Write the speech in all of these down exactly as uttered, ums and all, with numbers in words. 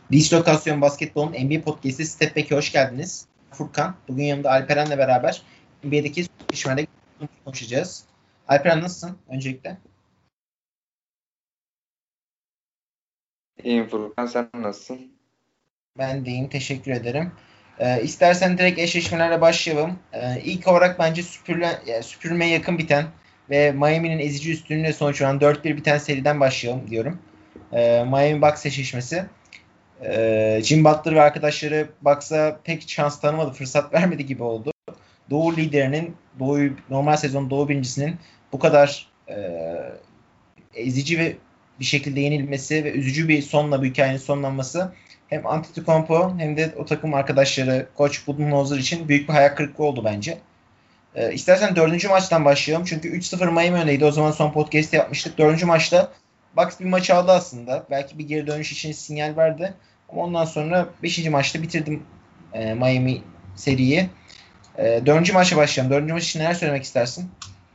Dislokasyon Basketbol'un N B A Podcast'i Step Back'e hoş geldiniz. Furkan, bugün yanımda Alperen'le beraber N B A'deki gelişmelerde konuşacağız. Alperen nasılsın öncelikle? İyiyim Furkan, sen nasılsın? Ben de iyiyim, teşekkür ederim. Ee, istersen direkt eşleşmelerle başlayalım. Ee, ilk olarak bence süpürle, yani süpürmeye yakın biten ve Miami'nin ezici üstünlüğüyle sonuçlanan dört bir biten seriden başlayalım diyorum. Ee, Miami Bucks eşleşmesi. Ee, Jim Butler ve arkadaşları Bucks'a pek şans tanımadı, fırsat vermedi gibi oldu. Doğu liderinin, Doğu, normal sezon Doğu birincisinin bu kadar e, ezici ve bir şekilde yenilmesi ve üzücü bir sonla bu hikayenin sonlanması hem Antetokounmpo hem de o takım arkadaşları Koç Budenholzer için büyük bir hayal kırıklığı oldu bence. E, istersen dördüncü maçtan başlayalım. Çünkü üç sıfır Miami öndeydi. O zaman son podcast'te yapmıştık. Dördüncü maçta Bucks bir maç aldı aslında. Belki bir geri dönüş için sinyal verdi. Ama ondan sonra beşinci maçta bitirdim e, Miami seriyi. E, dördüncü maça başlayalım. Dördüncü maç için neler söylemek istersin?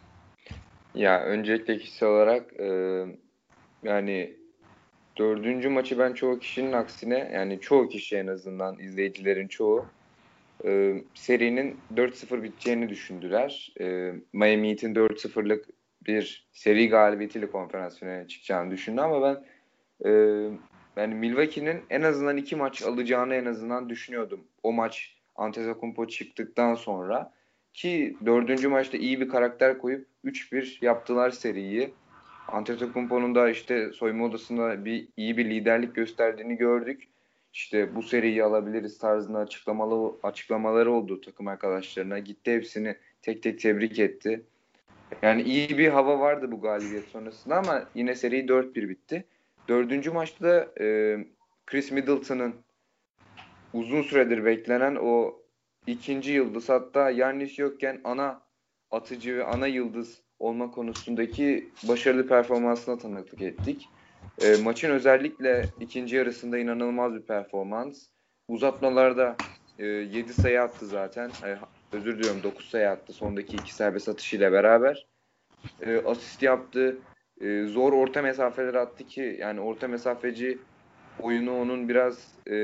Ya öncelikle kişisel olarak e, yani dördüncü maçı ben çoğu kişinin aksine yani çoğu kişi en azından izleyicilerin çoğu e, serinin dört sıfır biteceğini düşündüler. E, Miami Heat'in dört sıfırlık bir seri galibiyetiyle konferans finaline çıkacağını düşündü ama ben e, yani Milwaukee'nin en azından iki maç alacağını en azından düşünüyordum. O maç Antetokounmpo çıktıktan sonra ki dördüncü maçta iyi bir karakter koyup üç bir yaptılar seriyi. Antetokounmpo'nun da işte soyunma odasında bir iyi bir liderlik gösterdiğini gördük. İşte bu seriyi alabiliriz tarzında açıklamalı, açıklamaları oldu takım arkadaşlarına. Gitti hepsini tek tek tebrik etti. Yani iyi bir hava vardı bu galibiyet sonrasında ama yine seri dört bir bitti. Dördüncü maçta da e, Chris Middleton'ın uzun süredir beklenen o ikinci yıldız, hatta Giannis yokken ana atıcı ve ana yıldız olma konusundaki başarılı performansına tanıklık ettik. E, maçın özellikle ikinci yarısında inanılmaz bir performans. Uzatmalarda e, yedi sayı attı zaten. E, özür diliyorum, dokuz sayı attı sondaki iki serbest atışıyla beraber. E, asist yaptı. E, zor orta mesafeler attı ki yani orta mesafeci oyunu onun biraz e,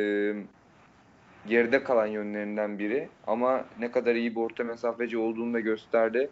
geride kalan yönlerinden biri. Ama ne kadar iyi bir orta mesafeci olduğunu da gösterdi.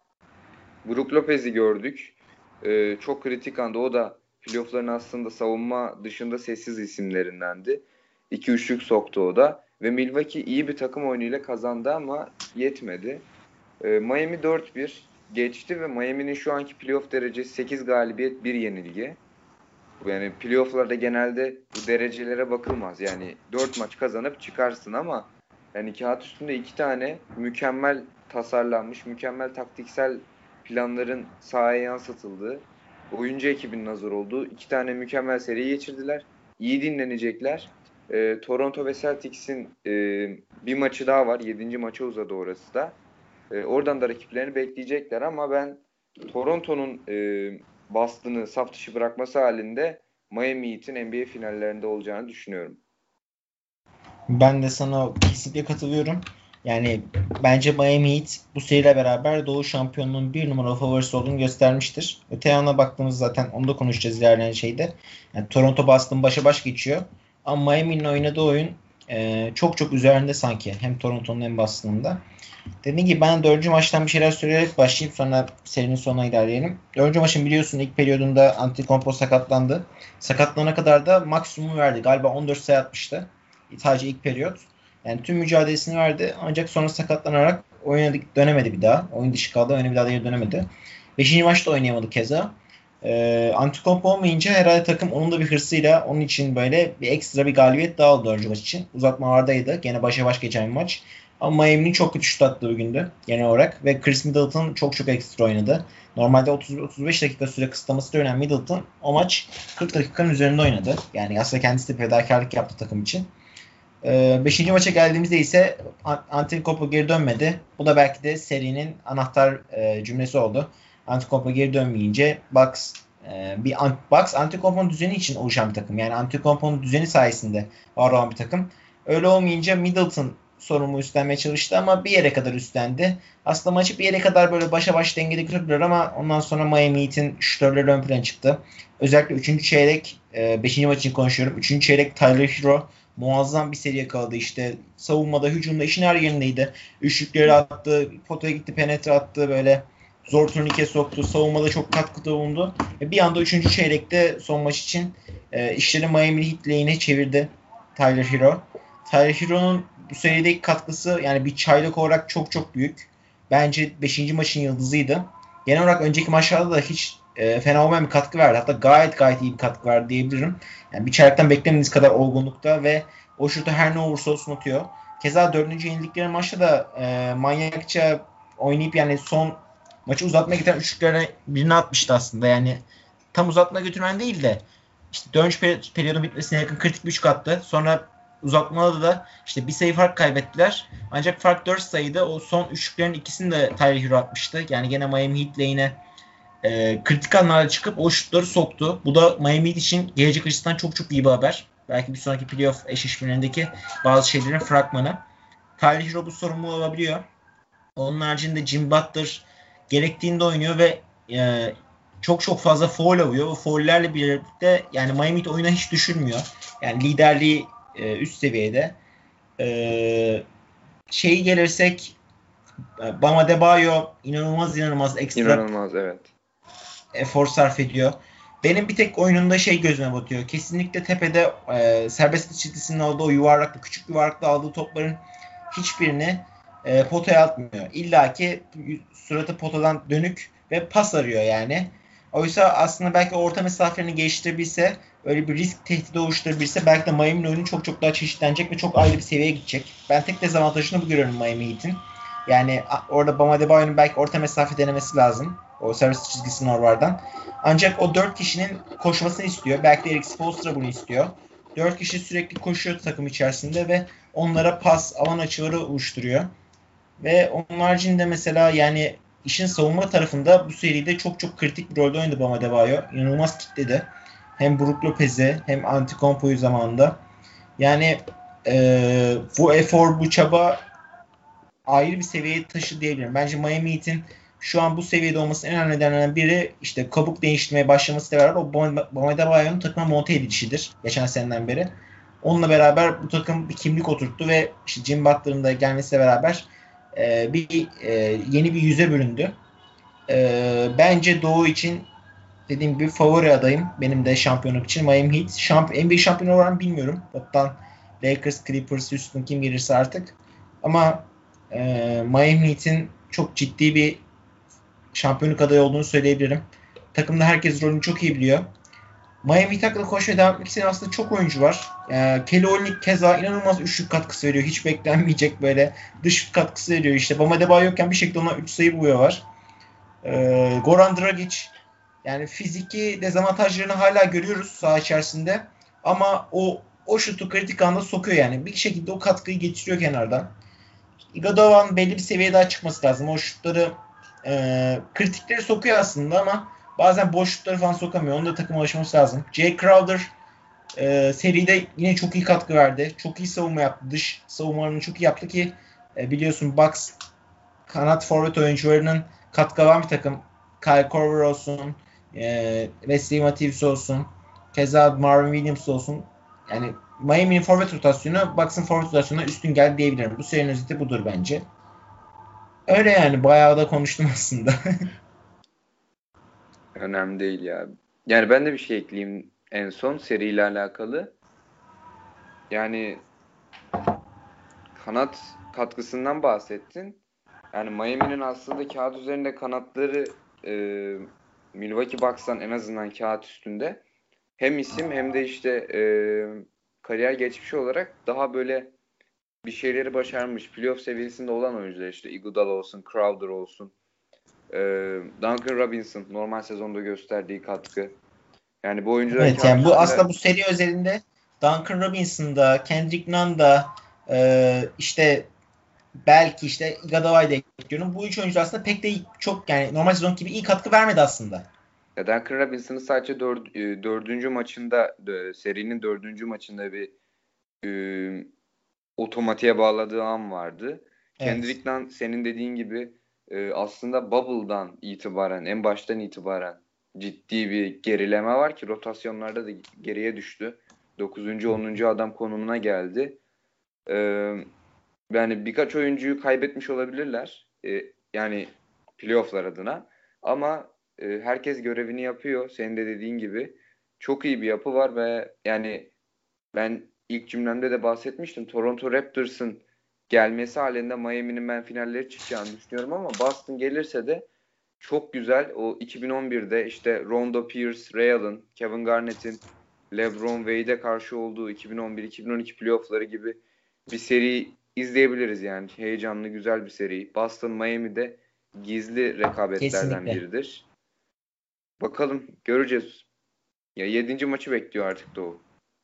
Brook Lopez'i gördük. E, çok kritik anda. O da playoff'ların aslında savunma dışında sessiz isimlerindendi. iki üçlük soktu o da. Ve Milwaukee iyi bir takım oyunuyla kazandı ama yetmedi. E, Miami dört bir geçti ve Miami'nin şu anki playoff derecesi sekiz galibiyet bir yenilgi. Yani playoff'larda genelde bu derecelere bakılmaz. Yani dört maç kazanıp çıkarsın ama yani kağıt üstünde iki tane mükemmel tasarlanmış, mükemmel taktiksel planların sahaya yansıtıldığı, oyuncu ekibinin hazır olduğu iki tane mükemmel seri geçirdiler. İyi dinlenecekler. Ee, Toronto ve Celtics'in e, bir maçı daha var. Yedinci maça uzadı orası da. E, oradan da rakiplerini bekleyecekler ama ben Toronto'nun e, Boston'ı saf dışı bırakması halinde Miami Heat'in N B A finallerinde olacağını düşünüyorum. Ben de sana kesinlikle katılıyorum. Yani bence Miami Heat bu seriyle beraber Doğu şampiyonluğun bir numaralı favorisi olduğunu göstermiştir. Öte yana baktığımız zaten onu da konuşacağız ilerleyen şeyde. Yani Toronto Boston başa baş geçiyor. Ama Miami'nin oynadığı oyun e, çok çok üzerinde sanki. Hem Toronto'nun hem Boston'ın da. Dediğim gibi ben dördüncü maçtan bir şeyler söyleyerek başlayıp sonra serinin sonuna ilerleyelim. Dördüncü maçın biliyorsun ilk periyodunda Antetokounmpo sakatlandı. Sakatlanana kadar da maksimumu verdi. Galiba on dört sayı atmıştı. Sadece ilk periyot. Yani tüm mücadelesini verdi. Ancak sonra sakatlanarak oyuna dönemedi bir daha. Oyun dışı kaldı. Oyuna bir daha da dönemedi. Beşinci maçta oynayamadı keza. Ee, Antetokounmpo olmayınca herhalde takım onun da bir hırsıyla onun için böyle bir ekstra bir galibiyet daha aldı dördüncü maç için. Uzatmalardaydı. Gene başa baş geçen bir maç. Ama Miami'nin çok kötü şut attığı bir gündü genel olarak. Ve Chris Middleton çok çok ekstra oynadı. Normalde otuz otuz beş dakika süre kısıtlaması dönen Middleton o maç kırk dakikanın üzerinde oynadı. Yani aslında kendisi de fedakarlık yaptı takım için. Ee, beşinci maça geldiğimizde ise Antetokounmpo geri dönmedi. Bu da belki de serinin anahtar e, cümlesi oldu. Antetokounmpo geri dönmeyince Bucks e, bir Bucks Antetokounmpo'nun düzeni için oluşan bir takım. Yani Antetokounmpo'nun düzeni sayesinde var olan bir takım. Öyle olmayınca Middleton sorumlu üstlenmeye çalıştı ama bir yere kadar üstlendi. Aslında maçı bir yere kadar böyle başa baş dengede götürdüler ama ondan sonra Miami Heat'in şütörleri ön plana çıktı. Özellikle üçüncü çeyrek, beşinci maç için konuşuyorum. üçüncü çeyrek Tyler Hero muazzam bir seri yakaladı. İşte savunmada, hücumda işin her yerindeydi. Üçlükleri attı, potaya gitti, penetre attı, böyle zor turnike soktu. Savunmada çok katkıda bulundu. Bir anda üçüncü çeyrekte son maç için e, işleri Miami Heat lehine çevirdi Tyler Hero. Tyler Hero'nun bu serideki katkısı yani bir çaylak olarak çok çok büyük. Bence beşinci maçın yıldızıydı. Genel olarak önceki maçlarda da hiç e, fena olmayan bir katkı verdi. Hatta gayet gayet iyi bir katkı verdi diyebilirim. Yani bir çayraktan beklemediğiniz kadar olgunlukta ve o şutu her ne olursa olsun atıyor. Keza dördüncü yenildikleri maçta da e, manyakça oynayıp yani son maçı uzatmaya getiren üçlüklerine birini atmıştı aslında. Yani tam uzatma götürmen değil de işte dönüş peri- periyodun bitmesine yakın kritik bir üçlük attı. Sonra uzatmada da işte bir sayı fark kaybettiler. Ancak fark dört sayıydı. O son üçlüklerin ikisini de Tyler Hero atmıştı. Yani gene Miami Heat lane'e e, kritik anlarda çıkıp o şutları soktu. Bu da Miami Heat için gelecek açısından çok çok iyi bir haber. Belki bir sonraki playoff eşleşmelerindeki bazı şeylerin fragmanı. Tyler Hero bu sorumluluğu alabiliyor. Onun haricinde Jim Butler gerektiğinde oynuyor ve e, çok çok fazla foul alıyor. O foullerle birlikte yani Miami Heat oyuna hiç düşürmüyor. Yani liderliği e, üst seviyede. E, şeyi gelirsek Bam Adebayo inanılmaz inanılmaz ekstra İnanılmaz, evet. efor sarf ediyor. Benim bir tek oyununda şey gözüme batıyor. Kesinlikle tepede e, serbest atış çizgisinin olduğu o yuvarlaklı, küçük yuvarlaklı aldığı topların hiçbirini e, potaya atmıyor. İlla ki suratı potadan dönük ve pas arıyor yani. Oysa aslında belki orta mesafelerini geliştirebilse, öyle bir risk tehdidi oluşturabilse belki de Miami'nin oyunu çok çok daha çeşitlenecek ve çok ayrı bir seviyeye gidecek. Ben tek dezavantajını bu görüyorum Miami Heat'in. Yani orada Bam Adebayo'nun belki orta mesafe denemesi lazım. O servis çizgisinin oralardan. Ancak o dört kişinin koşmasını istiyor. Belki de Eric Spoelstra bunu istiyor. Dört kişi sürekli koşuyor takım içerisinde ve onlara pas, alan açıları oluşturuyor. Ve onun haricinde mesela yani işin savunma tarafında bu seride çok çok kritik bir rolde oynadı Bam Adebayo. İnanılmaz kitledi. Hem Brook Lopez'i hem Antetokounmpo'yu zamanında. Yani e, bu efor, bu çaba ayrı bir seviyeye taşı diyebilirim. Bence Miami Heat'in şu an bu seviyede olmasının en önemli nedenlerinden biri işte kabuk değiştirmeye başlamasıyla beraber o Bam Adebayo'nun takıma monte edilişidir geçen seneden beri. Onunla beraber bu takım bir kimlik oturttu ve işte Jim Butler'ın da gelmesiyle beraber e, bir e, yeni bir yüze büründü. E, bence Doğu için dediğim gibi favori adayım. Benim de şampiyonluk için Miami Heat. Şamp N B A şampiyonu olan bilmiyorum. Hatta Lakers, Clippers, Houston kim gelirse artık. Ama e, Miami Heat'in çok ciddi bir şampiyonluk adayı olduğunu söyleyebilirim. Takımda herkes rolünü çok iyi biliyor. Miami Heat hakkında konuşmaya devam etmek için aslında çok oyuncu var. E, Kelly Olynyk keza inanılmaz üçlük katkısı veriyor. Hiç beklenmeyecek böyle dış katkısı veriyor. İşte Bam Adebayo yokken bir şekilde ona üç sayı buluyorlar. E, Goran Dragic yani fiziki dezavantajlarını hala görüyoruz saha içerisinde. Ama o o şutu kritik anda sokuyor yani. Bir şekilde o katkıyı getiriyor kenardan. Iguodala'nın belli bir seviyeye daha çıkması lazım. O şutları e, kritikleri sokuyor aslında ama bazen boş şutları falan sokamıyor. Onu da takıma alışması lazım. Jay Crowder e, seride yine çok iyi katkı verdi. Çok iyi savunma yaptı. Dış savunmalarını çok iyi yaptı ki e, biliyorsun Bucks kanat forvet oyuncularının katkı alan bir takım. Kyle Korver olsun, e, Wesley Matthews olsun, keza Marvin Williams olsun. Yani Miami'nin forvet rotasyonu Bucks'ın forvet rotasyonuna üstün geldi diyebilirim. Bu serinin özeti budur bence. Öyle yani bayağı da konuştum aslında. Önemli değil ya. Yani ben de bir şey ekleyeyim en son seriyle alakalı. Yani kanat katkısından bahsettin. Yani Miami'nin aslında kağıt üzerinde kanatları e, Milwaukee Bucks'tan en azından kağıt üstünde hem isim hem de işte e, kariyer geçmişi olarak daha böyle bir şeyleri başarmış, playoff seviyesinde olan oyuncular işte Iguodala olsun, Crowder olsun, e, Duncan Robinson normal sezonda gösterdiği katkı. Yani bu oyuncular Evet kağıt yani bu üstünde aslında bu seri özelinde Duncan Robinson'da, Kendrick Nunn'da e, işte belki işte Iguodala'yı da ekliyorum. Bu üç oyuncu aslında pek de çok yani normal sezon gibi iyi katkı vermedi aslında. ya Duncan Robinson'ın sadece dört, e, dördüncü maçında e, serinin dördüncü maçında bir e, otomatiğe bağladığı an vardı. Evet. Kendrick Nunn senin dediğin gibi e, aslında Bubble'dan itibaren, en baştan itibaren ciddi bir gerileme var ki rotasyonlarda da geriye düştü. dokuzuncu onuncu adam konumuna geldi. E, yani birkaç oyuncuyu kaybetmiş olabilirler. E, yani playofflar adına. Ama e, herkes görevini yapıyor. Senin de dediğin gibi. Çok iyi bir yapı var ve yani ben ilk cümlemde de bahsetmiştim. Toronto Raptors'ın gelmesi halinde Miami'nin ben finalleri çıkacağını düşünüyorum ama Boston gelirse de çok güzel. O iki bin on birde işte Rondo Pierce, Ray Allen, Kevin Garnett'in LeBron Wade'e karşı olduğu iki bin on bir iki bin on iki playoff'ları gibi bir seri izleyebiliriz yani. Heyecanlı, güzel bir seri. Boston Miami'de gizli rekabetlerden Kesinlikle. biridir. Bakalım, göreceğiz. Ya yedinci maçı bekliyor artık Doğu.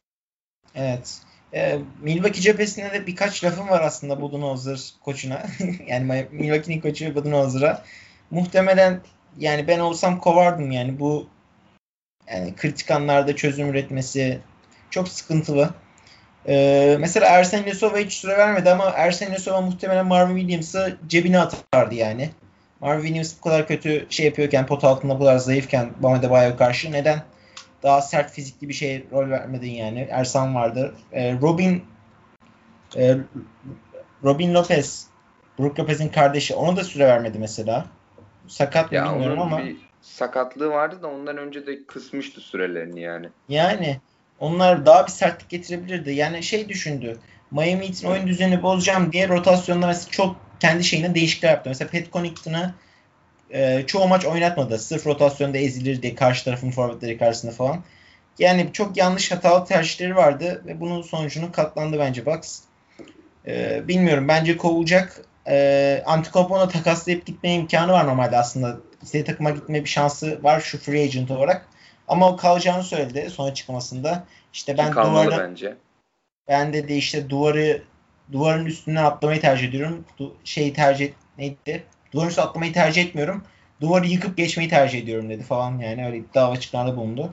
Evet. Ee, Milwaukee cephesinde de birkaç lafım var aslında Budenholzer koçuna. yani Milwaukee'nin koçu Budenholzer'a. Muhtemelen yani ben olsam kovardım yani bu yani kritik anlarda çözüm üretmesi çok sıkıntılı. Ee, mesela Ersan İlyasova hiç süre vermedi ama Ersan İlyasova muhtemelen Marvin Williams'ı cebine atardı yani. Marvin Williams bu kadar kötü şey yapıyorken, pot altında bu kadar zayıfken Bam Adebayo'ya karşı neden daha sert fizikli bir şey rol vermedin yani? Ersan vardı. Ee, Robin e, Robin Lopez, Brook Lopez'in kardeşi, ona da süre vermedi mesela. Sakat mı Ya bilmiyorum onun ama bir sakatlığı vardı da ondan önce de kısmıştı sürelerini yani. yani onlar daha bir sertlik getirebilirdi. Yani şey düşündü. Miami Heat'in oyun düzenini bozacağım diye rotasyonda mesela çok kendi şeyine değişiklikler yaptı. Mesela Pat Connaughton'ı e, çoğu maç oynatmadı. Sırf rotasyonda ezilir diye karşı tarafın forvetleri karşısında falan. Yani çok yanlış hatalı tercihleri vardı ve bunun sonucunu katlandı bence Bucks. E, bilmiyorum. Bence kovulacak. E, Antetokounmpo'na takaslayıp gitme imkanı var normalde aslında. İstediği takıma gitme bir şansı var şu free agent olarak. Ama o kalacağını söyledi son açıklamasında. İşte Ki ben kalmalı duvarı bence. ben dedi işte duvarı duvarın üstünden atlamayı tercih ediyorum. Du, şeyi tercih neydi? Duvarın üstüne atlamayı tercih etmiyorum. Duvarı yıkıp geçmeyi tercih ediyorum dedi falan yani öyle iddia açıklarda bulundu.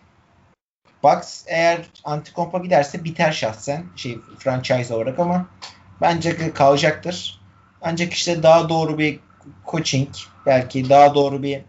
Bucks eğer Antetokounmpo giderse biter şahsen şey franchise olarak ama bence kalacaktır. Ancak işte daha doğru bir coaching belki daha doğru bir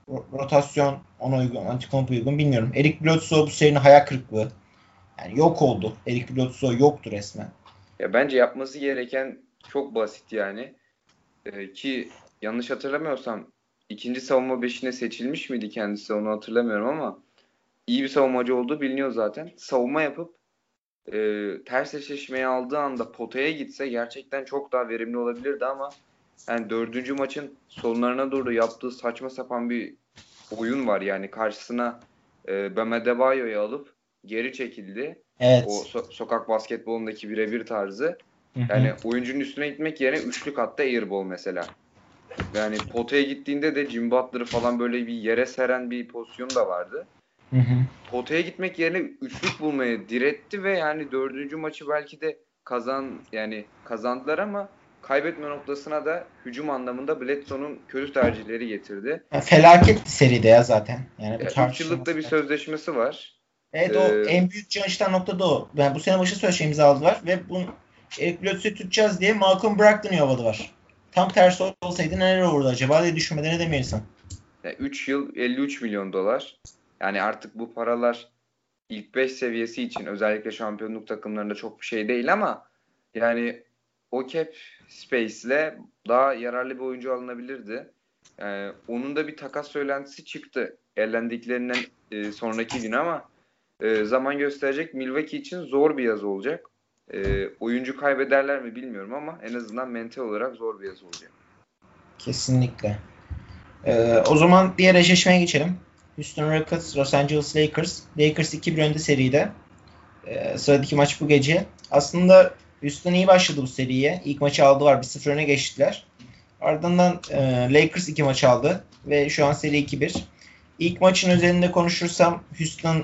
rotasyon ona uygun, Antetokounmpo uygun bilmiyorum. Eric Bledsoe bu serinin hayal kırıklığı. Yani yok oldu. Eric Bledsoe yoktu resmen. Ya bence yapması gereken çok basit yani. Ee, ki yanlış hatırlamıyorsam ikinci savunma beşine seçilmiş miydi kendisi onu hatırlamıyorum ama iyi bir savunmacı olduğu biliniyor zaten. Savunma yapıp e, ters eşleşmeyi aldığı anda potaya gitse gerçekten çok daha verimli olabilirdi ama yani dördüncü maçın sonlarına doğru yaptığı saçma sapan bir oyun var yani karşısına e, Bam Adebayo'yu alıp geri çekildi. O Evet. so- sokak basketbolundaki birebir tarzı. Hı hı. Yani oyuncunun üstüne gitmek yerine üçlük hatta airball mesela. Yani potaya gittiğinde de Jim Butler'ı falan böyle bir yere seren bir pozisyon da vardı. Hı hı. Potaya gitmek yerine üçlük bulmaya diretti ve yani dördüncü maçı belki de kazan yani kazandılar ama kaybetme noktasına da hücum anlamında Bledsoe'nun kötü tercihleri getirdi. Ya, felaketti seride ya zaten. Yani bu Ya, üç yıllık da tartışılması bir gerek. sözleşmesi var. Evet o Ee, en büyük can çıkan nokta da o. Yani bu sene başı sözleşme imzaladılar ve bu Eric Bledsoe'yu tutacağız diye Malcolm Brogdon'u yolladılar. Tam tersi olsaydı neler olurdu acaba diye düşünmeden edemiyorsun. ya üç yıl elli üç milyon dolar. Yani artık bu paralar ilk beş seviyesi için özellikle şampiyonluk takımlarında çok bir şey değil ama yani o cap space'le daha yararlı bir oyuncu alınabilirdi. Ee, onun da bir takas söylentisi çıktı. Elendiklerinden e, sonraki gün ama e, zaman gösterecek. Milwaukee için zor bir yaz olacak. E, oyuncu kaybederler mi bilmiyorum ama en azından mental olarak zor bir yaz olacak. Kesinlikle. Ee, o zaman diğer eşleşmeye geçelim. Houston Rockets, Los Angeles Lakers. Lakers iki bir önde seride. Ee, sıradaki maç bu gece. Aslında Houston iyi başladı bu seriye. İlk maçı aldılar. bir sıfır öne geçtiler. Ardından e, Lakers iki maç aldı. Ve şu an seri iki bir. İlk maçın özelinde konuşursam Houston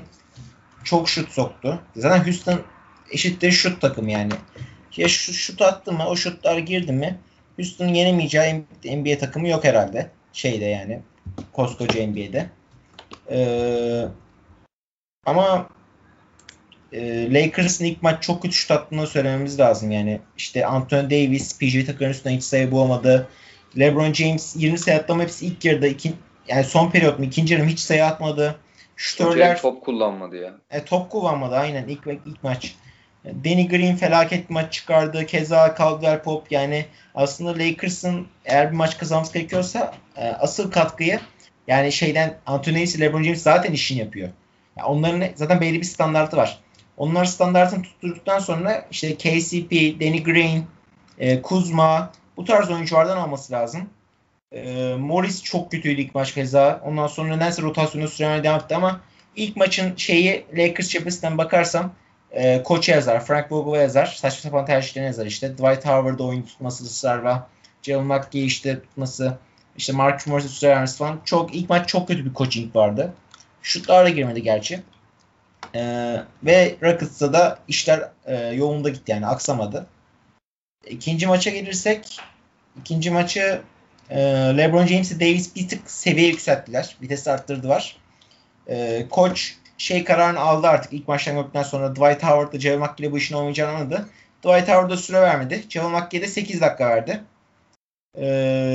çok şut soktu. Zaten Houston eşittir şut takımı yani. Ya şu şut attı mı, o şutlar girdi mi Houston'ın yenemeyeceği N B A takımı yok herhalde. Şeyde yani koskoca N B A'de. Ee, ama e, Lakers'ın ilk maç çok kötü şut attığını söylememiz lazım. Yani işte Anthony Davis, P J Tucker'ın üstünden hiç sayı bulamadı. LeBron James yirmi sayı attı ama hepsi ilk yarıda, iki, yani son periyot mu ikinci yarı mı hiç sayı atmadı. Şutörler top kullanmadı ya. E, top kullanmadı aynen ilk ilk maç. Danny Green felaket bir maç çıkardı. Keza Caldwell Pope, yani aslında Lakers'ın eğer bir maç kazanması gerekiyorsa e, asıl katkıyı yani şeyden Anthony Davis, LeBron James zaten işini yapıyor. Yani onların zaten belli bir standartı var. Onlar standartını tutturduktan sonra işte K C P, Danny Green, e, Kuzma bu tarz oyunculardan alması lazım. E, Morris çok kötüydü ilk maç keza. Ondan sonra nedense rotasyonu süremeye devam etti ama ilk maçın şeyi Lakers cephesinden bakarsam e, koça yazar, Frank Vogel'a yazar. Saçma sapan tercihlerine yazar işte. Dwight Howard'da oyun tutması ısrarla. Jalen McGee işte tutması. İşte Mark Morris'e süre vermesi falan. Çok, ilk maç çok kötü bir coaching vardı. Şutlarla girmedi gerçi. E, ve Rockets'ta da işler e, yolunda gitti yani aksamadı. İkinci maça gelirsek ikinci maçı e, LeBron James'e Davis bir tık seviye yükselttiler. Vitesi arttırdılar. E, koç şey kararını aldı artık. İlk maçtan gördükten sonra Dwight Howard'la Javel McGee'yle bu işin olmayacağını anladı. Dwight Howard'a süre vermedi. Javel McGee'ye de sekiz dakika verdi. E,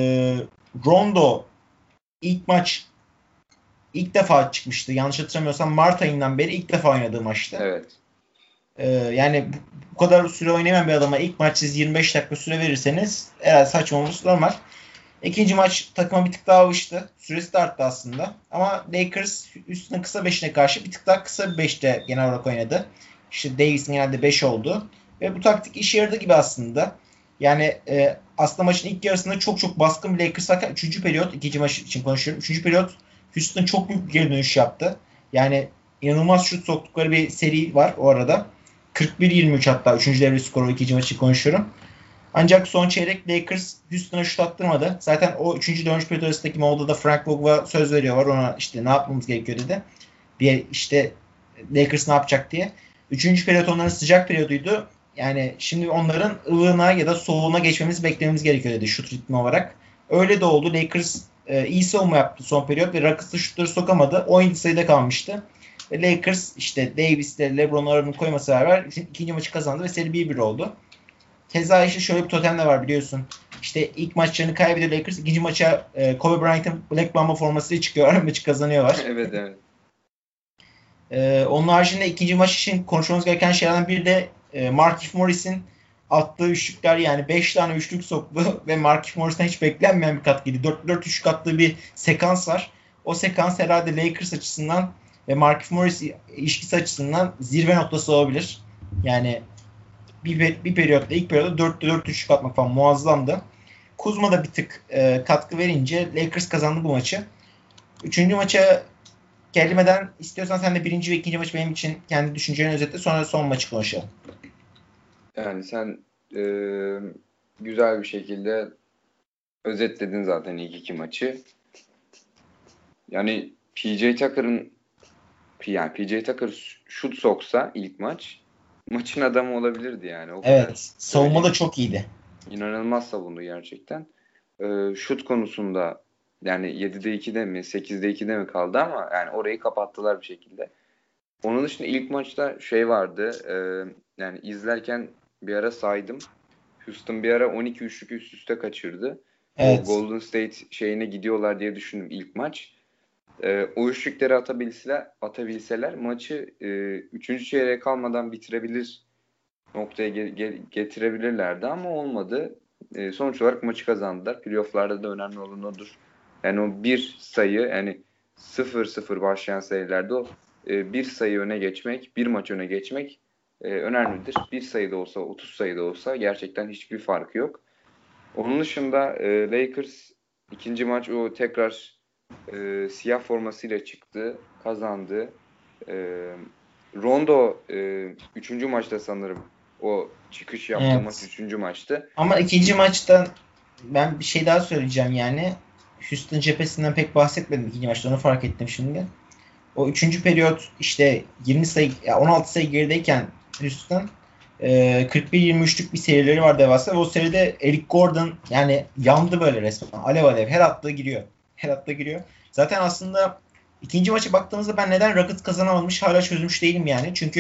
Rondo ilk maç ilk defa çıkmıştı. Yanlış hatırlamıyorsam Mart ayından beri ilk defa oynadığı maçtı. Evet. E, yani bu, bu kadar süre oynamayan bir adama ilk maç siz yirmi beş dakika süre verirseniz herhalde saçma olması normal. İkinci maç takıma bir tık daha alıştı. Süresi de arttı aslında. Ama Lakers üstüne kısa beşine karşı bir tık daha kısa bir beşte genel olarak oynadı. İşte Davis'in genelde beş oldu. Ve bu taktik işe yaradı gibi aslında. Yani e, aslında maçın ilk yarısında çok çok baskın bir Lakers varken üçüncü periyot, ikinci maç için konuşuyorum. üçüncü periyot Houston çok büyük bir geri dönüş yaptı. Yani inanılmaz şut soktukları bir seri var o arada. kırk bir yirmi üç hatta üçüncü devre skoru, ikinci maçı konuşuyorum. Ancak son çeyrek Lakers Houston'a şut attırmadı. Zaten o üçüncü dördüncü periyot arasındaki molda da Frank Vogel'a söz veriyorlar. Ona işte ne yapmamız gerekiyor dedi. Bir işte Lakers ne yapacak diye. üçüncü periyot onların sıcak periyoduydu. Yani şimdi onların ılığına ya da soğuğuna geçmemiz beklememiz gerekiyor dedi şut ritmi olarak. Öyle de oldu. Lakers e, iyi savunma yaptı son periyot ve Rockets'ı şutları sokamadı. on yedi sayıda kalmıştı. Ve Lakers işte Davis'le LeBron aranını koyması beraber ikinci maçı kazandı ve seri bir bir oldu. Keza işte şöyle bir totem de var biliyorsun. İşte ilk maçlarını kaybediyor Lakers. İkinci maça e, Kobe Bryant'ın Black Mamba formasıyla çıkıyorlar. Maçı kazanıyorlar. Evet evet. E, onun haricinde ikinci maç için konuşmamız gereken şeylerden biri de e, Markieff Morris'in attığı üçlükler, yani beş tane üçlük soktu ve Markieff Morris'ten hiç beklenmeyen bir katkıydı. dört dört üçlük attığı bir sekans var. O sekans herhalde Lakers açısından ve Markieff Morris ilişkisi açısından zirve noktası olabilir. Yani bir, bir periyotta ilk periyoda dörtte dört üçlük atmak falan muazzamdı. Kuzma da bir tık e, katkı verince Lakers kazandı bu maçı. Üçüncü maça gelmeden istiyorsan sen de birinci ve ikinci maçı benim için kendi düşüncelerini özetle, sonra son maçı konuşalım. Yani sen e, güzel bir şekilde özetledin zaten ilk iki maçı. Yani P J Tucker'ın yani P J Tucker şut soksa ilk maç maçın adamı olabilirdi yani. O evet. kadar Savunma da çok iyiydi. İnanılmaz savundu gerçekten. Ee, şut konusunda yani yedide ikide mi sekizde ikide mi kaldı ama yani orayı kapattılar bir şekilde. Onun dışında ilk maçta şey vardı. E, yani izlerken bir ara saydım. Houston bir ara on iki üçlük üst üste kaçırdı. Evet. O Golden State şeyine gidiyorlar diye düşündüm ilk maç. E, o üçlükleri atabilseler, atabilseler maçı e, üçüncü çeyreğe kalmadan bitirebilir noktaya ge- ge- getirebilirlerdi ama olmadı. E, sonuç olarak maçı kazandılar. Playoff'larda da önemli olan odur. Yani o bir sayı, yani sıfır sıfır başlayan serilerde o e, bir sayı öne geçmek, bir maç öne geçmek e, önemlidir. Bir sayıda olsa, otuz sayıda olsa gerçekten hiçbir farkı yok. Onun dışında e, Lakers ikinci maç o tekrar e, siyah formasıyla çıktı, kazandı. E, Rondo e, üçüncü maçta sanırım o çıkış yaptığı Evet. maç üçüncü maçtı. Ama ikinci maçta ben bir şey daha söyleyeceğim yani. Houston cephesinden pek bahsetmedim ikinci maçta, onu fark ettim şimdi. O üçüncü periyot işte yirmi sayı, on altı sayı gerideyken Houston e, kırk bir yirmi üçlük bir serileri var devasa ve o seride Eric Gordon yani yandı böyle resmen. Alev alev her attığı giriyor. Her attığı giriyor. Zaten aslında ikinci maça baktığımızda ben neden Rockets kazanamamış hala çözmüş değilim yani. Çünkü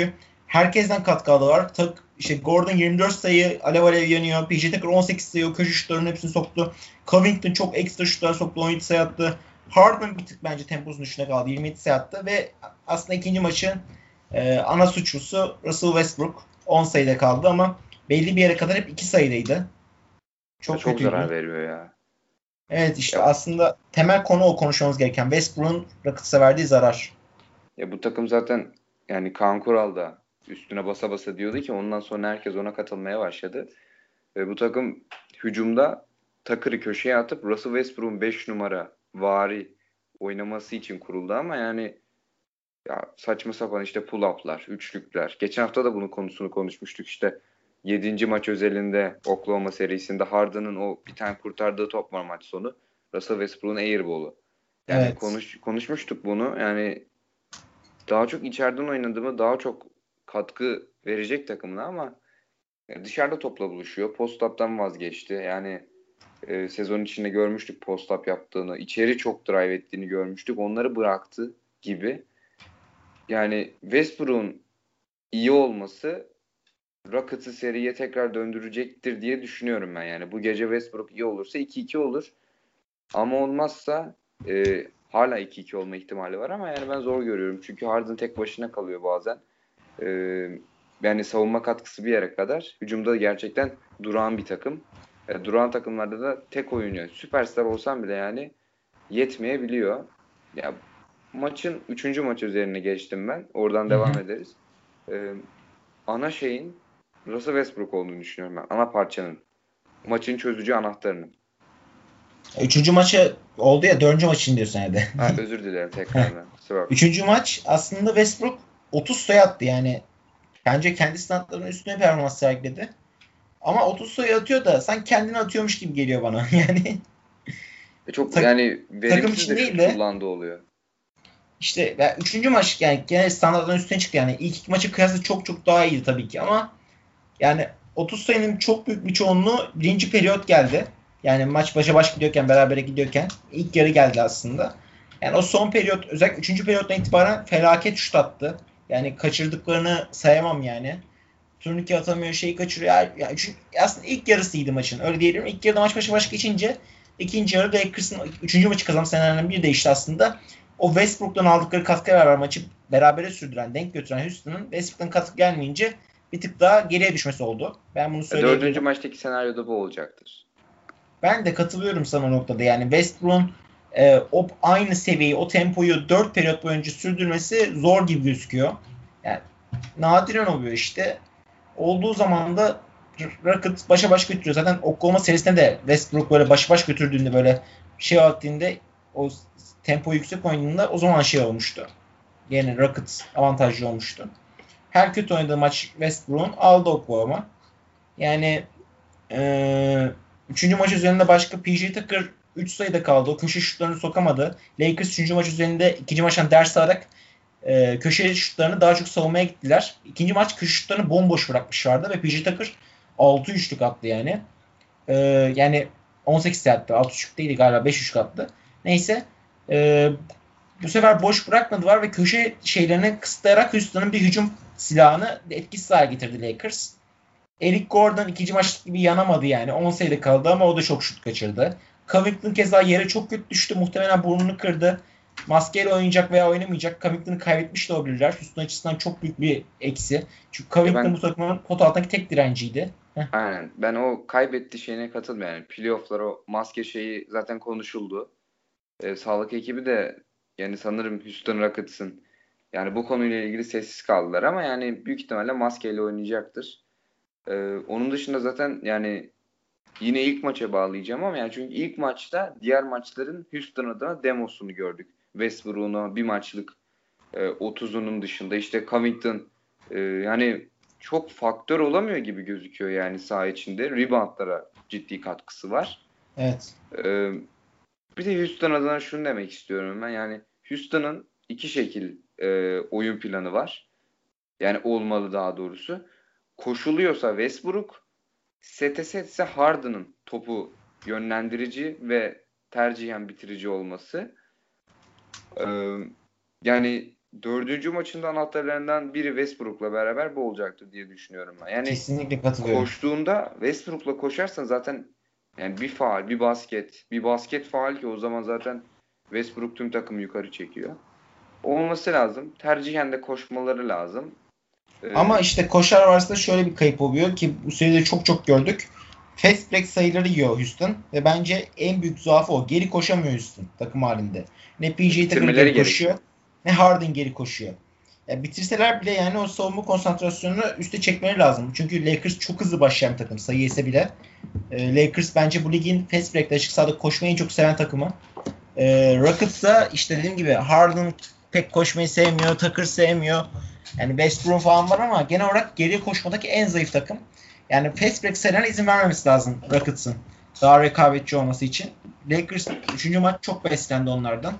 herkesten katkı alıyorlar. Tak, işte Gordon yirmi dört sayı alev alev yanıyor. P J Tucker on sekiz sayı o köşe şutlarının hepsini soktu. Covington çok ekstra şutlar soktu. on yedi sayı attı. Harden bir tık bence temposunun üstüne kaldı. yirmi yedi sayı attı ve aslında ikinci maçın e, ana suçlusu Russell Westbrook. on sayıda kaldı ama belli bir yere kadar hep iki sayıdaydı. Çok, çok kötüydü. zarar veriyor ya. Evet işte ya. aslında temel konu o konuşmamız gereken. Westbrook'un Rockets'a verdiği zarar. Ya bu takım zaten yani Kaan Kural da üstüne basa basa diyordu ki ondan sonra herkes ona katılmaya başladı. Ve bu takım hücumda Tucker'ı köşeye atıp Russell Westbrook'un beş numara vari oynaması için kuruldu ama yani ya saçma sapan işte pull-up'lar, üçlükler. Geçen hafta da bunun konusunu konuşmuştuk işte. yedinci maç özelinde Oklahoma serisinde Harden'ın o bir tane kurtardığı top var maç sonu. Russell Westbrook'un airball'u. Yani Evet. konuş, konuşmuştuk bunu. Yani daha çok içeriden oynadığımı daha çok katkı verecek takımına ama dışarıda topla buluşuyor. Post-up'tan vazgeçti. Yani e, sezon içinde görmüştük post-up yaptığını. İçeri çok drive ettiğini görmüştük. Onları bıraktı gibi. Yani Westbrook'un iyi olması Rockets'ı seriye tekrar döndürecektir diye düşünüyorum ben. Yani bu gece Westbrook iyi olursa iki iki olur. Ama olmazsa e, hala iki iki olma ihtimali var ama yani ben zor görüyorum. Çünkü Harden tek başına kalıyor bazen. E, yani savunma katkısı bir yere kadar. Hücumda gerçekten durağan bir takım. E, durağan takımlarda da tek oyuncu. Süperstar olsam bile yani yetmeyebiliyor. Ya maçın üçüncü maç üzerine geçtim ben. Oradan Hı devam hı. ederiz. E, ana şeyin Russell Westbrook olduğunu düşünüyorum ben. Ana parçanın. Maçın çözücü anahtarının. Üçüncü maçı oldu ya, dördüncü maç için diyorsun herhalde. Ha, özür dilerim tekrardan. Kusura bakma. Üçüncü maç aslında Westbrook otuz sayı attı yani. Bence kendi standartlarının üstüne performans sergiledi. Ama otuz sayı atıyor da sen kendini atıyormuş gibi geliyor bana. Yani E çok tak, yani takım verimsiz için de değil şut de kullandığı oluyor. işte ya üçüncü maç yani gene standartların üstüne çıktı yani. İlk iki maçı kıyasla çok çok daha iyiydi tabii ki ama yani otuz sayının çok büyük bir çoğunluğu birinci periyot geldi. Yani maç başa baş gidiyorken, berabere gidiyorken ilk yarı geldi aslında. Yani o son periyot, özellikle üçüncü periyottan itibaren felaket şut attı. Yani kaçırdıklarını sayamam yani. Turnike atamıyor, şeyi kaçırıyor. Yani üçün, aslında ilk yarısıydı maçın. Öyle diyelim. İlk yarıda maç başa baş geçince ikinci yarı Lakers'ın üçüncü maçı kazanma senelerinden biri değişti aslında. O Westbrook'tan aldıkları katkı beraber maçı berabere sürdüren, denk götüren Houston'ın Westbrook'tan katkı gelmeyince bir tık daha geriye düşmesi oldu. Ben bunu E, dördüncü söyleyebilirim. maçtaki senaryoda bu olacaktır. Ben de katılıyorum sana o noktada. Yani Westbrook'un e, o aynı seviyeyi, o tempoyu dört periyot boyunca sürdürmesi zor gibi gözüküyor. Yani nadiren oluyor işte. Olduğu zaman da Rockets başa baş götürüyor. Zaten Oklahoma serisinde de Westbrook böyle başa baş götürdüğünde, böyle şey attığında, o tempo yüksek oynadığında o zaman şey olmuştu. Yani Rockets avantajlı olmuştu. Her kötü oynadığı maç Westbrook'un aldı Oklahoma. Yani ee, üçüncü maç üzerinde başka P J Tucker üç sayıda kaldı. O köşe şutlarını sokamadı. Lakers üçüncü maç üzerinde ikinci maçtan ders alarak e, köşe şutlarını daha çok savunmaya gittiler. İkinci maç köşe şutlarını bomboş bırakmışlardı ve P J Tucker altı üçlük attı yani. Ee, yani on sekiz attı. altı üçlük değildi galiba, beş üçlük attı. Neyse. Ee, bu sefer boş bırakmadılar ve köşe şeylerini kısıtlayarak Houston'ın bir hücum silahını etkisiz hale getirdi Lakers. Eric Gordon ikinci maç gibi yanamadı yani. on sayıda kaldı ama o da çok şut kaçırdı. Covington keza yere çok kötü düştü. Muhtemelen burnunu kırdı. Maskeyle oynayacak veya oynamayacak. Covington'ı kaybetmiş de olabilirler. Houston açısından çok büyük bir eksi. Çünkü Ya Covington bu ben takımın pot altındaki tek direnciydi. Heh. aynen ben o kaybetti şeyine katılmıyorum. Yani playoff'lar o maske şeyi zaten konuşuldu. E, sağlık ekibi de yani sanırım Houston Rockets'ın yani bu konuyla ilgili sessiz kaldılar ama yani büyük ihtimalle maskeyle oynayacaktır. E, onun dışında zaten yani yine ilk maça bağlayacağım ama yani çünkü ilk maçta diğer maçların Houston adına demosunu gördük. Westbrook'un bir maçlık e, otuzunun dışında işte Covington e, yani çok faktör olamıyor gibi gözüküyor yani saha içinde. Reboundlara ciddi katkısı var. Evet. E, bir de Houston adına şunu demek istiyorum ben. Yani Houston'ın iki şekil e, oyun planı var. Yani olmalı daha doğrusu. Koşuluyorsa Westbrook, sete setse Harden'ın topu yönlendirici ve tercihen bitirici olması. Ee, yani dördüncü maçında anahtarlarından biri Westbrook'la beraber bu olacaktır diye düşünüyorum ben. Yani Kesinlikle katılıyorum. koştuğunda Westbrook'la koşarsan zaten yani bir faul, bir basket, bir basket faul ki o zaman zaten Westbrook tüm takımı yukarı çekiyor. Olması lazım. Tercihen de koşmaları lazım. Ee, Ama işte koşar varsa şöyle bir kayıp oluyor ki bu seride çok çok gördük. Fast break sayıları yiyor Houston ve bence en büyük zaafı o. Geri koşamıyor Houston takım halinde. Ne P J Tucker bitirmeleri geri koşuyor gerekiyor. ne Harden geri koşuyor. Ya bitirseler bile yani o savunma konsantrasyonunu üste çekmeleri lazım. Çünkü Lakers çok hızlı başlayan bir takım sayı yese bile. E, Lakers bence bu ligin fast break'te açık sahada koşmayı en çok seven takımı. E, Rockets da işte dediğim gibi Harden pek koşmayı sevmiyor, Tucker sevmiyor. Yani Westbrook falan var ama genel olarak geriye koşmadaki en zayıf takım. Yani fast break sayılarına izin vermemesi lazım Rockets'ın. Daha rekabetçi olması için. Lakers üçüncü maç çok beslendi onlardan.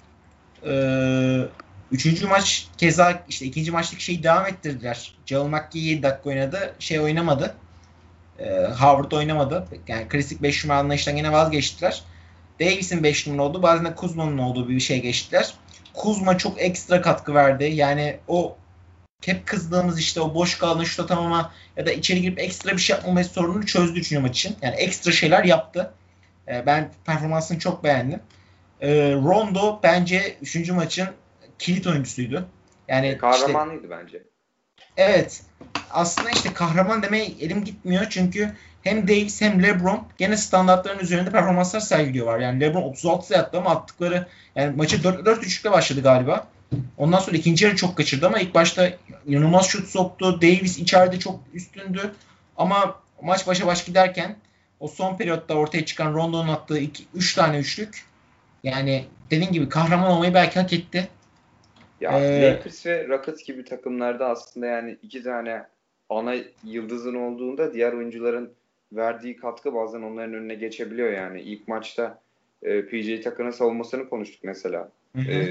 Ee, üçüncü maç keza işte ikinci maçtaki şeyi devam ettirdiler. Joel McGee yedi dakika oynadı. Şey oynamadı. Ee, Howard oynamadı. Yani klasik beş numara anlayıştan yine vazgeçtiler. Davis'in beş numara oldu. Bazen de Kuzma'nın olduğu bir şey geçtiler. Kuzma çok ekstra katkı verdi. Yani o hep kızdığımız işte o boş kalan şut atamama ya da içeri girip ekstra bir şey yapmama sorununu çözdü üçüncü maç için. Yani ekstra şeyler yaptı. Ee, ben performansını çok beğendim. Ee, Rondo bence üçüncü maçın kilit oyuncusuydu. E, Yani işte kahramanıydı bence. evet. Aslında işte kahraman demeye elim gitmiyor çünkü hem Davis hem LeBron gene standartların üzerinde performanslar sergiliyorlar. Yani LeBron otuz altı sayı attı ama attıkları yani maçı dört üçlükle başladı galiba. Ondan sonra ikinci yarı çok kaçırdı ama ilk başta inanılmaz şut soktu. Davis içeride çok üstündü. Ama maç başa baş giderken o son periyotta ortaya çıkan Rondo'nun attığı üç tane üçlük yani dediğim gibi kahraman olmayı belki hak etti. Ya Ee, Lakers ve Rockets gibi takımlarda aslında yani iki tane ana yıldızın olduğunda diğer oyuncuların verdiği katkı bazen onların önüne geçebiliyor yani. İlk maçta e, P J Tucker'ın savunmasını konuştuk mesela. hı hı. E,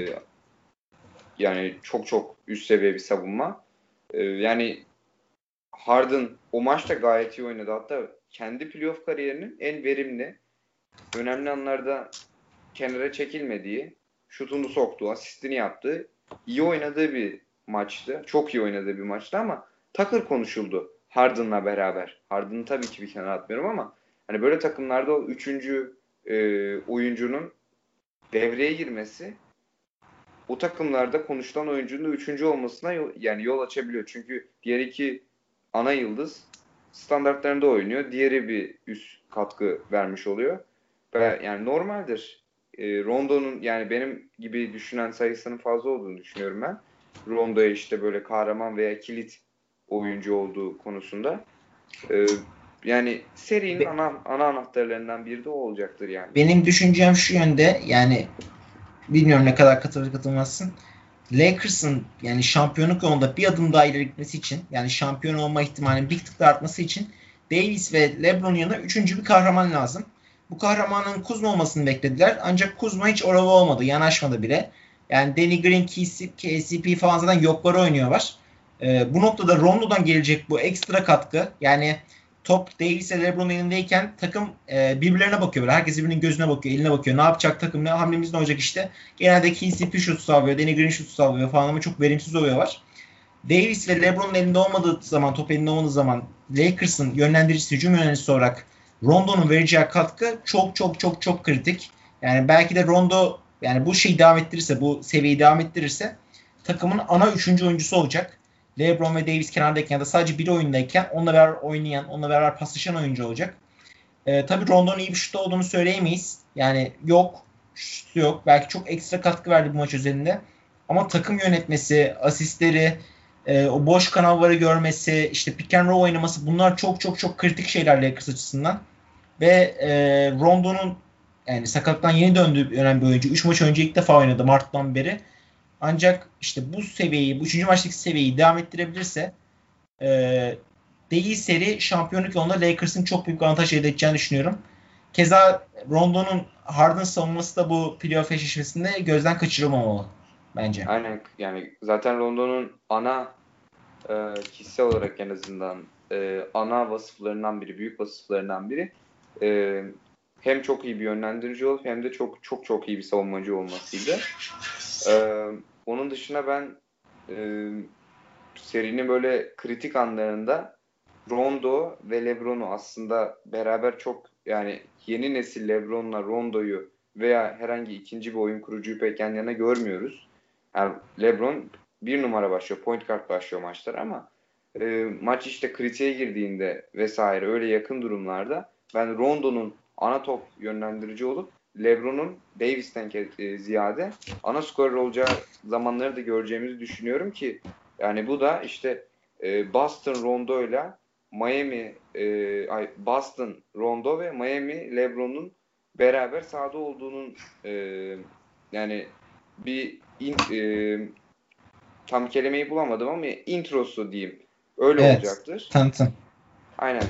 Yani çok çok üst seviye bir savunma. E, yani Harden o maçta gayet iyi oynadı. Hatta kendi playoff kariyerinin en verimli, önemli anlarda kenara çekilmediği, şutunu soktuğu, asistini yaptığı, iyi oynadığı bir maçtı. Çok iyi oynadığı bir maçtı ama Tucker konuşuldu Harden'la beraber. Harden'ı tabii ki bir kenara atmıyorum ama hani böyle takımlarda o üçüncü e, oyuncunun devreye girmesi o takımlarda konuşulan oyuncunun da üçüncü olmasına yol, yani yol açabiliyor. Çünkü diğer iki ana yıldız standartlarında oynuyor. Diğeri bir üst katkı vermiş oluyor. Ve yani normaldir. E, Rondo'nun yani benim gibi düşünen sayısının fazla olduğunu düşünüyorum ben. Rondo'ya işte böyle kahraman veya kilit oyuncu olduğu konusunda. E, Yani serinin Be- ana ana anahtarlarından biri de o olacaktır yani. benim düşüncem şu yönde yani bilmiyorum ne kadar katılır katılmazsın. Lakers'ın yani şampiyonluk yolunda bir adım daha ileri gitmesi için yani şampiyon olma ihtimalinin bir tık daha artması için Davis ve LeBron'un yanına üçüncü bir kahraman lazım. Bu kahramanın Kuzma olmasını beklediler. Ancak Kuzma hiç oralı olmadı. Yanaşmadı bile. Yani Danny Green, K C P falan zaten yokları oynuyorlar. Ee, bu noktada Rondo'dan gelecek bu ekstra katkı yani top Davis ve LeBron'un elindeyken takım e, birbirlerine bakıyor. Böyle. Herkes birbirinin gözüne bakıyor, eline bakıyor. Ne yapacak takım, ne hamlemiz ne olacak işte. Genelde K C P şut sallıyor, Danny Green şut sallıyor falan ama çok verimsiz oluyorlar. Davis ve LeBron'un elinde olmadığı zaman, top elinde olmadığı zaman Lakers'ın yönlendiricisi, hücum yöneticisi olarak Rondo'nun vereceği katkı çok çok çok çok kritik. Yani belki de Rondo yani bu şeyi devam ettirirse, bu seviyeyi devam ettirirse takımın ana üçüncü oyuncusu olacak. LeBron ve Davis kenardayken ya da sadece bir oyundayken onunla beraber oynayan, onunla beraber paslaşan oyuncu olacak. Ee, tabii Rondo'nun iyi bir şutta olduğunu söyleyemeyiz. Yani yok. Şutu yok. Belki çok ekstra katkı verdi bu maç özelinde. Ama takım yönetmesi, asistleri, e, o boş kanalları görmesi, işte pick and roll oynaması bunlar çok çok çok kritik şeyler Lakers açısından. Ve e, Rondo'nun yani sakatlıktan yeni döndüğü önemli bir oyuncu. üç maç önce ilk defa oynadı Mart'tan beri. Ancak işte bu seviyeyi, bu üçüncü maçtaki seviyeyi devam ettirebilirse e, değil seri şampiyonluk yolunda Lakers'ın çok büyük avantaj elde edeceğini düşünüyorum. Keza Rondo'nun Harden savunması da bu playoff eşleşmesinde gözden kaçırılmamalı bence. Aynen yani zaten Londra'nın ana e, kişisel olarak en azından e, ana vasıflarından biri, büyük vasıflarından biri e, hem çok iyi bir yönlendirici olup hem de çok çok çok iyi bir savunmacı olmasıydı. E, onun dışında ben e, serinin böyle kritik anlarında Rondo ve LeBron'u aslında beraber çok, yani yeni nesil LeBron'la Rondo'yu veya herhangi ikinci bir oyun kurucuyu pek yan yana görmüyoruz. Yani LeBron bir numara başlıyor, point guard başlıyor maçlara ama e, maç işte kritiğe girdiğinde vesaire öyle yakın durumlarda ben Rondo'nun ana top yönlendirici olup LeBron'un Davis'ten e, ziyade ana skorer olacağı zamanları da göreceğimizi düşünüyorum ki yani bu da işte e, Boston Rondo'yla Miami e, ay, Boston Rondo ve Miami LeBron'un beraber sahada olduğunun e, yani bir in, e, tam kelimeyi bulamadım ama introsu diyeyim. Öyle Evet. olacaktır. Tanıtım. Aynen.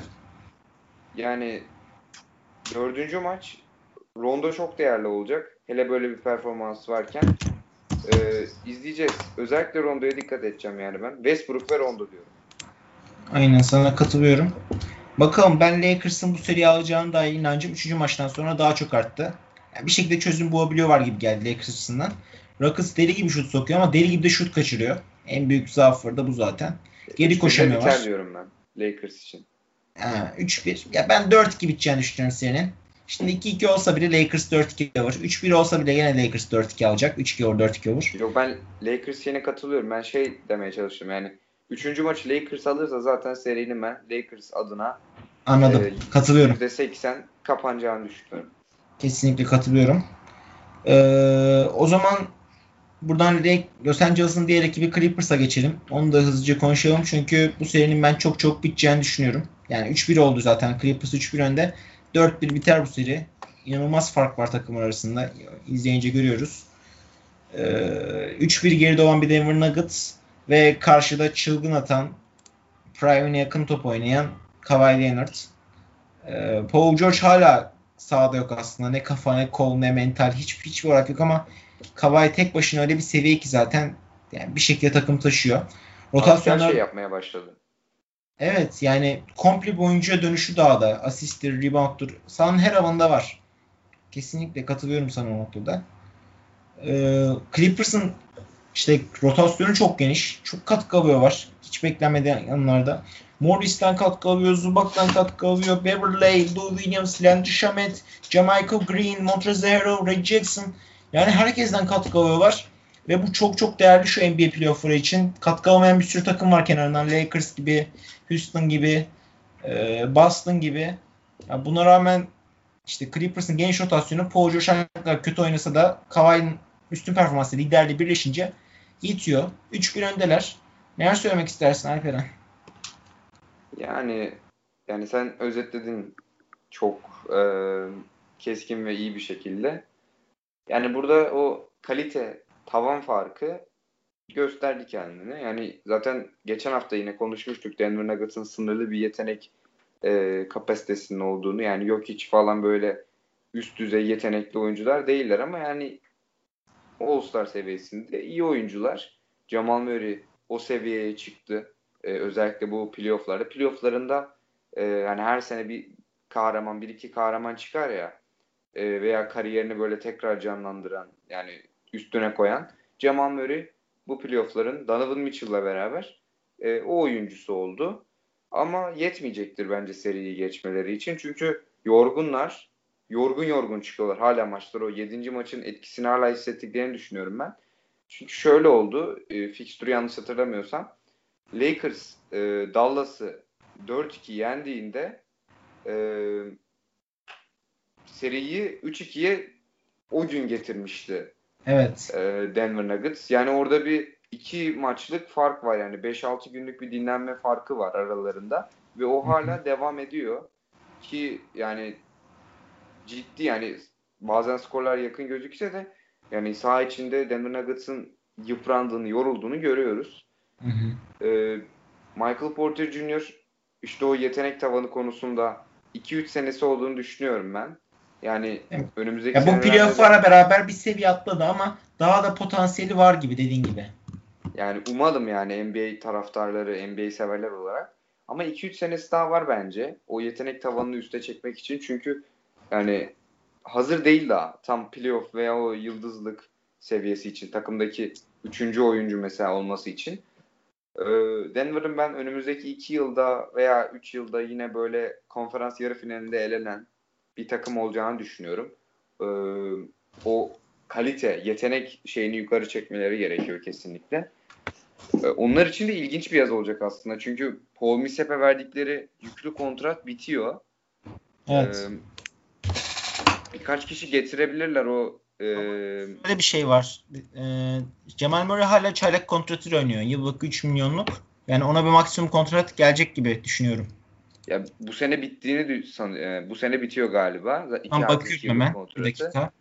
Yani dördüncü maç Rondo çok değerli olacak. Hele böyle bir performans varken e, izleyeceğiz. Özellikle Rondo'ya dikkat edeceğim yani ben. Westbrook ve Rondo diyorum. Aynen sana katılıyorum. Bakalım ben Lakers'ın bu seriyi alacağına dair inancım üçüncü maçtan sonra daha çok arttı. Yani bir şekilde çözüm bulabiliyorlar gibi geldi Lakers açısından. Rockets deli gibi şut sokuyor ama deli gibi de şut kaçırıyor. En büyük zaafları da bu zaten. Geri üç birde biter koşamıyorlar. diyorum ben Lakers için. Ha, üç bir. Ya ben dört iki biteceğini düşünüyorum serinin. Şimdi iki iki olsa bile Lakers dört iki alır. üç bir olsa bile yine Lakers dört iki alacak. üç iki olur, dört iki olur. Yok, ben Lakers yine katılıyorum. Ben şey demeye çalıştım yani. Üçüncü maçı Lakers alırsa zaten serinin ben Lakers adına Anladım. e, Katılıyorum. yüzde seksen kapanacağını düşünüyorum. Kesinlikle katılıyorum. Ee, o zaman buradan Los Angeles'ın diğer ekibi Clippers'a geçelim. Onu da hızlıca konuşalım. Çünkü bu serinin ben çok çok biteceğini düşünüyorum. Yani üç bir oldu zaten. Clippers üç bir önde. dört bir biter bu seri. İnanılmaz fark var takımlar arasında. İzleyince görüyoruz. Ee, üç bir geride olan bir Denver Nuggets ve karşıda çılgın atan, prime'ine yakın top oynayan Kawhi Leonard. Ee, Paul George hala sahada yok aslında. Ne kafa ne kol ne mental hiç hiçbir olarak yok ama Kawhi tek başına öyle bir seviye ki zaten yani bir şekilde takım taşıyor. Artık her Rotasyonlar şey yapmaya başladı. evet yani komple bir oyuncuya dönüşü daha da asisttir, rebounddur. Sahanın her alanında var. Kesinlikle katılıyorum sana o noktada. Ee, Clippers'ın işte rotasyonu çok geniş. Çok katkı alıyor var. Hiç beklenmedik yanlarda. Morris'ten katkı alıyor, Zubac'tan katkı alıyor, Beverley, Lou Williams, Landry Shamet, Jamichael Green, Montrezl Harrell, Reggie Jackson. Yani herkesten katkı alıyorlar. Ve bu çok çok değerli şu N B A playoff'ları için. Katkı almayan bir sürü takım var kenarından. Lakers gibi, Houston gibi, Boston gibi. Yani buna rağmen işte Clippers'ın geniş rotasyonu Paul George kötü oynasa da Kawhi'nin üstün performansı liderle birleşince yetiyor. üç bir öndeler. Neler söylemek istersin Alperen? Yani yani sen özetledin çok e, keskin ve iyi bir şekilde. Yani burada o kalite tavan farkı gösterdi kendini. Yani zaten geçen hafta yine konuşmuştuk Denver Nuggets'ın sınırlı bir yetenek e, kapasitesinin olduğunu. Yani Jokic falan böyle üst düzey yetenekli oyuncular değiller ama yani All-Star seviyesinde iyi oyuncular. Jamal Murray o seviyeye çıktı. E, özellikle bu playoff'larda. Playoff'larında e, yani her sene bir kahraman, bir iki kahraman çıkar ya e, veya kariyerini böyle tekrar canlandıran yani üstüne koyan Jamal Murray bu playoff'ların Donovan Mitchell'la beraber e, o oyuncusu oldu. Ama yetmeyecektir bence seriyi geçmeleri için. Çünkü yorgunlar. Yorgun yorgun çıkıyorlar. Hala maçlar o yedinci maçın etkisini hala hissettiklerini düşünüyorum ben. Çünkü şöyle oldu. E, fikstürü yanlış hatırlamıyorsam. Lakers e, Dallas'ı dört iki yendiğinde e, seriyi üç ikiye o gün getirmişti Evet. e, Denver Nuggets. Yani orada bir iki maçlık fark var yani beş altı günlük bir dinlenme farkı var aralarında ve o hala devam ediyor ki yani ciddi yani bazen skorlar yakın gözükse de yani saha içinde Denver Nuggets'ın yıprandığını, yorulduğunu görüyoruz. Hı hı. Ee, Michael Porter Junior işte o yetenek tavanı konusunda iki üç senesi olduğunu düşünüyorum ben. Yani önümüzdeki Ya bu senelerde de playoff'lara beraber bir seviye atladı ama daha da potansiyeli var gibi dediğin gibi. yani umalım yani N B A taraftarları, N B A severler olarak. Ama iki üç senesi daha var bence. O yetenek tavanını üste çekmek için. Çünkü yani hazır değil daha. Tam playoff veya o yıldızlık seviyesi için takımdaki üçüncü oyuncu mesela olması için. Ee, Denver'ın ben önümüzdeki iki yılda veya üç yılda yine böyle konferans yarı finalinde elenen bir takım olacağını düşünüyorum. Ee, o kalite, yetenek şeyini yukarı çekmeleri gerekiyor kesinlikle. Ee, onlar için de ilginç bir yaz olacak aslında. Çünkü Paul Millsap'e verdikleri yüklü kontrat bitiyor. Ee, Evet. birkaç kişi getirebilirler o e, Böyle bir şey var. Ee, Jamal Murray hala çaylak kontratı oynuyor. Yıllık üç milyonluk. Yani ona bir maksimum kontrat gelecek gibi düşünüyorum. ya bu sene bittiğini dü- san, e, bu sene bitiyor galiba. iki Tam artı bakıyorum iki yıllık hemen. Bir kontratı. dakika.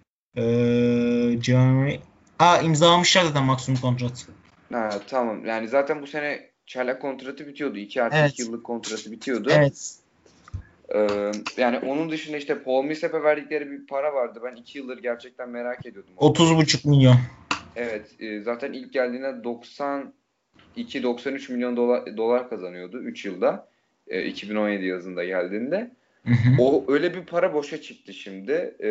Ee, Jamal Murray. Aa, imzalamışlar zaten maksimum kontrat. Ha, tamam. Yani zaten bu sene çaylak kontratı bitiyordu. iki artı iki Evet. yıllık kontratı bitiyordu. Evet. Ee, yani onun dışında işte Paul Millsap'e verdikleri bir para vardı. Ben iki yıldır gerçekten merak ediyordum o otuz parayı. buçuk milyon. Evet. E, zaten ilk geldiğinde doksan iki doksan üç milyon dolar, dolar kazanıyordu üç yılda. E, iki bin on yedi yazında geldiğinde. Hı hı. O öyle bir para boşa çıktı şimdi. E,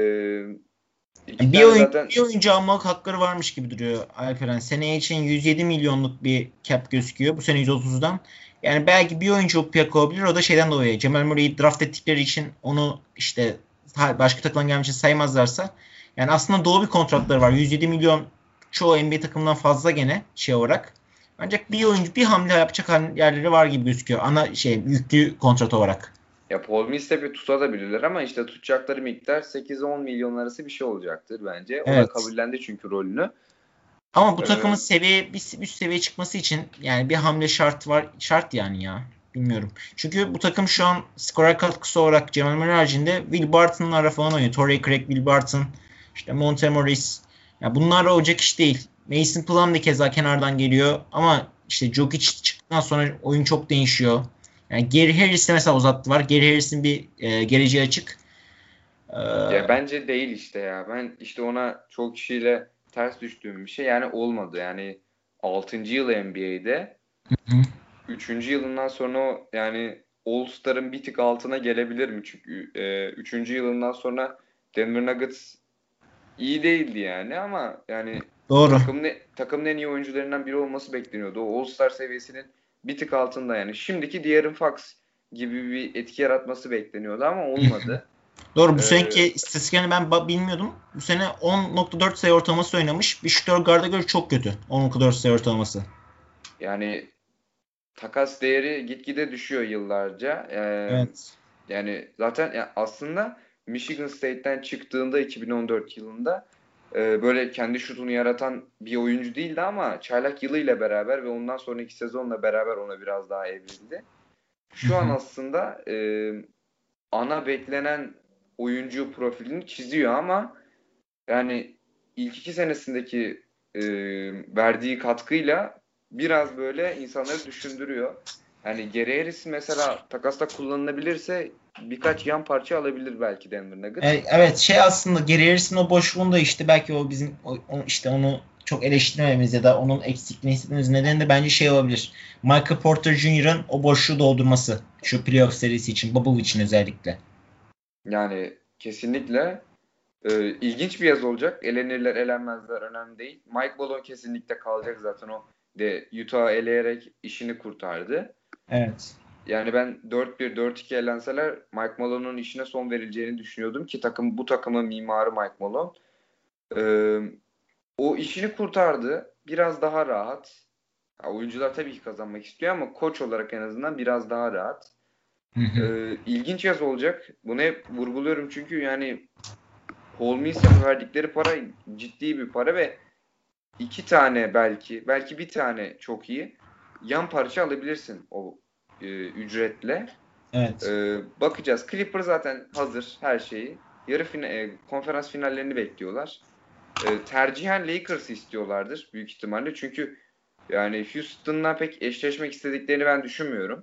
iki Bir tane oyun zaten bir oyuncu almak hakları varmış gibi duruyor Alperen. Seneye için yüz yedi milyonluk bir cap gözüküyor. Bu sene yüz otuzdan. Yani belki bir oyuncu piyak olabilir. O da şeyden dolayı. Jamal Murray'i draft ettikleri için onu işte başka takımdan gelmiş için saymazlarsa. Yani aslında dolu bir kontratları var. yüz yedi milyon çoğu N B A takımından fazla gene şey olarak. Ancak bir oyuncu bir hamle yapacak yerleri var gibi gözüküyor. Ana şey yüklü kontrat olarak. ya Paul Millsap'i tutabilirler ama işte tutacakları miktar sekiz on milyon arası bir şey olacaktır bence. O da Evet. kabullendi çünkü rolünü. Ama bu takımın Ee, seviye bir üst seviyeye çıkması için yani bir hamle şart var. Şart yani ya. Bilmiyorum. Çünkü bu takım şu an skorer katkısı olarak Jamal Murray haricinde Will Barton'larla falan oynuyor. Torrey Craig, Will Barton, işte Monte Morris. Ya bunlarla olacak iş değil. Mason Plumlee keza kenardan geliyor ama işte Jokic çıktıktan sonra oyun çok değişiyor. Yani Gary Harris'te mesela uzattılar. Gary Harris'in bir e, geleceği açık. Ee, ya bence değil işte ya. Ben işte ona çok kişiyle ters düştüğüm bir şey. Yani olmadı. Yani altıncı yıl N B A'de hı, üçüncü yılından sonra o yani All-Star'ın bir tık altına gelebilir mi? Çünkü e, üçüncü yılından sonra Denver Nuggets iyi değildi yani ama yani doğru. takımın takımın en iyi oyuncularından biri olması bekleniyordu. O All-Star seviyesinin bir tık altında yani. Şimdiki De'Aaron Fox gibi bir etki yaratması bekleniyordu ama olmadı. Doğru, bu Ee, seneki istatistiklerini ben ba- bilmiyordum. Bu sene on nokta dört sayı ortalaması oynamış. Bir şutör garda göre çok kötü. on nokta dört sayı ortalaması. yani takas değeri gitgide düşüyor yıllarca. Ee, Evet. yani zaten ya aslında Michigan State'ten çıktığında iki bin on dört yılında e, böyle kendi şutunu yaratan bir oyuncu değildi ama çaylak yılıyla beraber ve ondan sonraki sezonla beraber ona biraz daha evrildi. Hı Şu an hı. aslında e, ana beklenen oyuncu profilini çiziyor ama yani ilk iki senesindeki e, verdiği katkıyla biraz böyle insanları düşündürüyor. Yani Gary Harris mesela takasta kullanılabilirse birkaç yan parça alabilir belki Denver E, Nuggets. evet, şey aslında Gary Harris'in o boşluğunda işte belki o bizim o, o- işte onu çok eleştirmememiz ya da onun eksikliğini hissetmemiz nedeni de bence şey olabilir. Michael Porter Junior'ın o boşluğu doldurması. Şu playoff serisi için. Bubble için özellikle. Yani kesinlikle e, ilginç bir yaz olacak. Elenirler elenmezler önemli değil. Mike Malone kesinlikle kalacak zaten o de Utah'ı eleyerek işini kurtardı. Evet. Yani ben dört bir dört iki elenseler Mike Malone'un işine son verileceğini düşünüyordum ki takım bu takımın mimarı Mike Malone. Ee, o işini kurtardı. Biraz daha rahat. Ya, oyuncular tabii ki kazanmak istiyor ama koç olarak en azından biraz daha rahat. Hı hı. Ee, ilginç yaz olacak. Bunu hep vurguluyorum çünkü yani Paul Millsap'e verdikleri para ciddi bir para ve iki tane belki belki bir tane çok iyi yan parça alabilirsin o e, ücretle. Evet. Ee, bakacağız. Clipper zaten hazır her şeyi. Yarı fina- e, konferans finallerini bekliyorlar. Ee, tercihen Lakers'ı istiyorlardır büyük ihtimalle. Çünkü yani Houston'la pek eşleşmek istediklerini ben düşünmüyorum.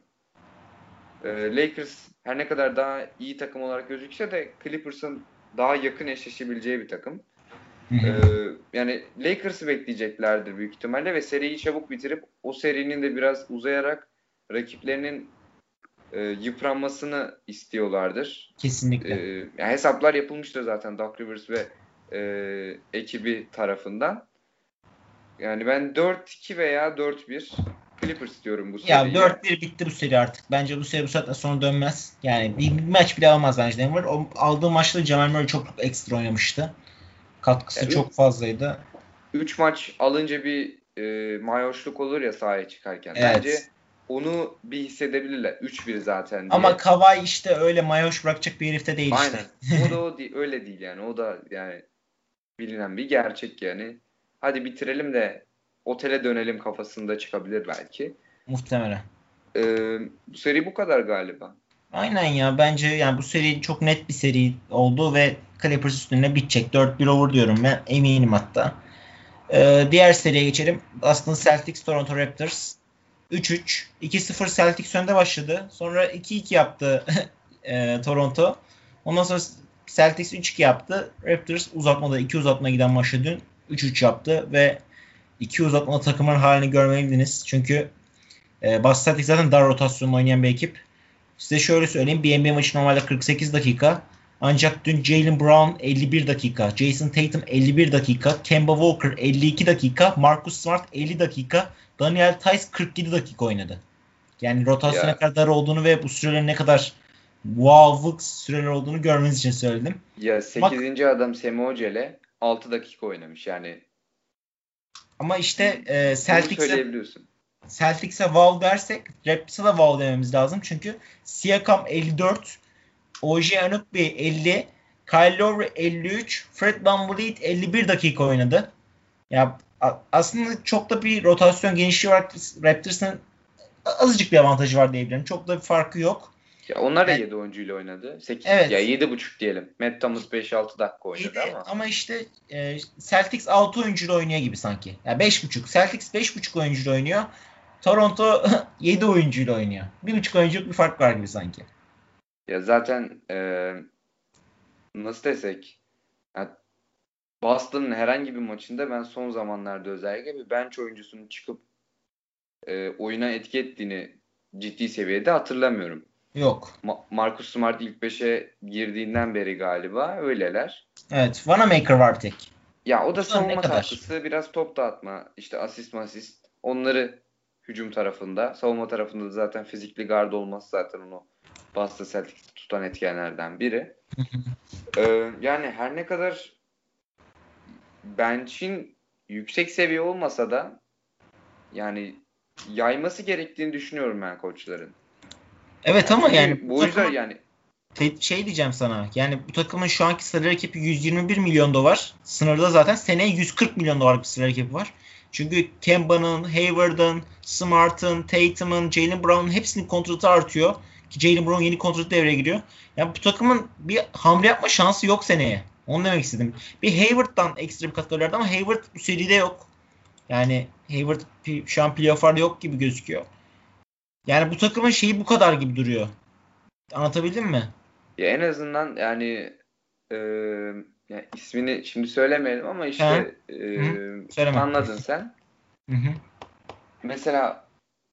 Ee, Lakers her ne kadar daha iyi takım olarak gözükse de Clippers'ın daha yakın eşleşebileceği bir takım. Hı hı. Ee, yani Lakers'ı bekleyeceklerdir büyük ihtimalle ve seriyi çabuk bitirip o serinin de biraz uzayarak rakiplerinin e, yıpranmasını istiyorlardır. E, Kesinlikle. yani hesaplar yapılmıştır zaten Doc Rivers ve e, ekibi tarafından. Yani ben dört iki veya dört bir Clippers diyorum bu Ya seriye. dört bir bitti bu seri artık. Bence bu seri bu saatten sonra dönmez. Yani bir, bir maç bile almaz bence Denver. O aldığı maçta Jamal Murray çok ekstra oynamıştı. Katkısı Yani çok fazlaydı. üç maç alınca bir e, mayoşluk olur ya sahaya çıkarken. Evet. Bence onu bir hissedebilirler. üç bir zaten Ama diye. Kawhi işte öyle mayoş bırakacak bir herif de değil işte. Aynen. O da o değil, öyle değil yani. O da yani bilinen bir gerçek yani. Hadi bitirelim de otele dönelim kafasında çıkabilir belki. Muhtemelen. Ee, Bu seri bu kadar galiba. Aynen ya. Bence yani bu seri çok net bir seri oldu ve Clippers üstüne bitecek. dört bir over diyorum ben. Eminim hatta. Ee, diğer seriye geçelim. Aslında Celtics Toronto Raptors. üç üç. iki sıfır Celtics önde başladı. Sonra iki iki yaptı e, Toronto. Ondan sonra Celtics üç iki yaptı. Raptors uzatmada iki uzatma giden maçta dün üç üç yaptı ve iki uzatma takımın halini görmeliydiniz. Çünkü e, Boston Celtics zaten dar rotasyonla oynayan bir ekip. Size şöyle söyleyeyim. Bir N B A maçı normalde kırk sekiz dakika. Ancak dün Jaylen Brown elli bir dakika, Jason Tatum elli bir dakika, Kemba Walker elli iki dakika, Marcus Smart elli dakika, Daniel Theis kırk yedi dakika oynadı. Yani rotasyon ne Ya kadar dar olduğunu ve bu sürelerin ne kadar wow'lık süreler olduğunu görmeniz için söyledim. ya Bak sekizinci adam Semi Ojel'e altı dakika oynamış. Yani ama işte e, bunu Celtics'e söyleyebiliyorsun. Celtics'e wow dersek Raptors'a da wow dememiz lazım. Çünkü Siakam elli dört, O J Anunoby elli, Kyle Lowry elli üç, Fred VanVleet elli bir dakika oynadı. Ya aslında çok da bir rotasyon genişliği olarak Raptors'ın azıcık bir avantajı var diyebilirim. Çok da bir farkı yok. Ya onlar da Yani, yedi oyuncuyla oynadı. sekiz ya evet. yedi buçuk diyelim. Matt Thomas beş altı dakika oynadı yedi ama ama işte e, Celtics altı oyuncuyla oynuyor gibi sanki. Yani beş buçuk. Celtics beş buçuk oyuncuyla oynuyor. Toronto yedi oyuncuyla oynuyor. bir buçuk oyunculuk bir fark var gibi sanki. ya zaten e, nasıl desek ya Boston'ın herhangi bir maçında ben son zamanlarda özellikle bir bench oyuncusunun çıkıp e, oyuna etki ettiğini ciddi seviyede hatırlamıyorum. Yok. Ma- Marcus Smart ilk beşe girdiğinden beri galiba öyleler. Evet. Vanamaker var bir tek. Ya o da O da ne savunma kadar? katkısı, biraz top dağıtma, işte asist masist. Onları hücum tarafında, savunma tarafında da zaten fizikli gard olması zaten onu Boston Celtics'i tutan etkenlerden biri. Ee, yani her ne kadar bench'in yüksek seviye olmasa da yani yayması gerektiğini düşünüyorum ben koçların. Evet Yani ama yani çünkü bu bu oyuncular takımın yani te- şey diyeceğim sana. Yani bu takımın şu anki salary cap'i yüz yirmi bir milyon dolar. Sınırda zaten seneye yüz kırk milyon dolar bir salary cap'i var. Çünkü Kemba'nın, Hayward'ın, Smart'ın, Tatum'un, Jaylen Brown'un hepsinin kontratı artıyor. Ki Jaylen Brown yeni kontratı devreye giriyor. Yani bu takımın bir hamle yapma şansı yok seneye. Onu demek istedim. Bir Hayward'dan ekstra bir katkı alırlardı ama Hayward bu seride yok. Yani Hayward şu an playoff'larda yok gibi gözüküyor. Yani bu takımın şeyi bu kadar gibi duruyor. Anlatabildim mi? ya en azından yani e, ya ismini şimdi söylemeyelim ama Ha? işte e, Hı? Söyleme. anladın sen. Hı hı. Mesela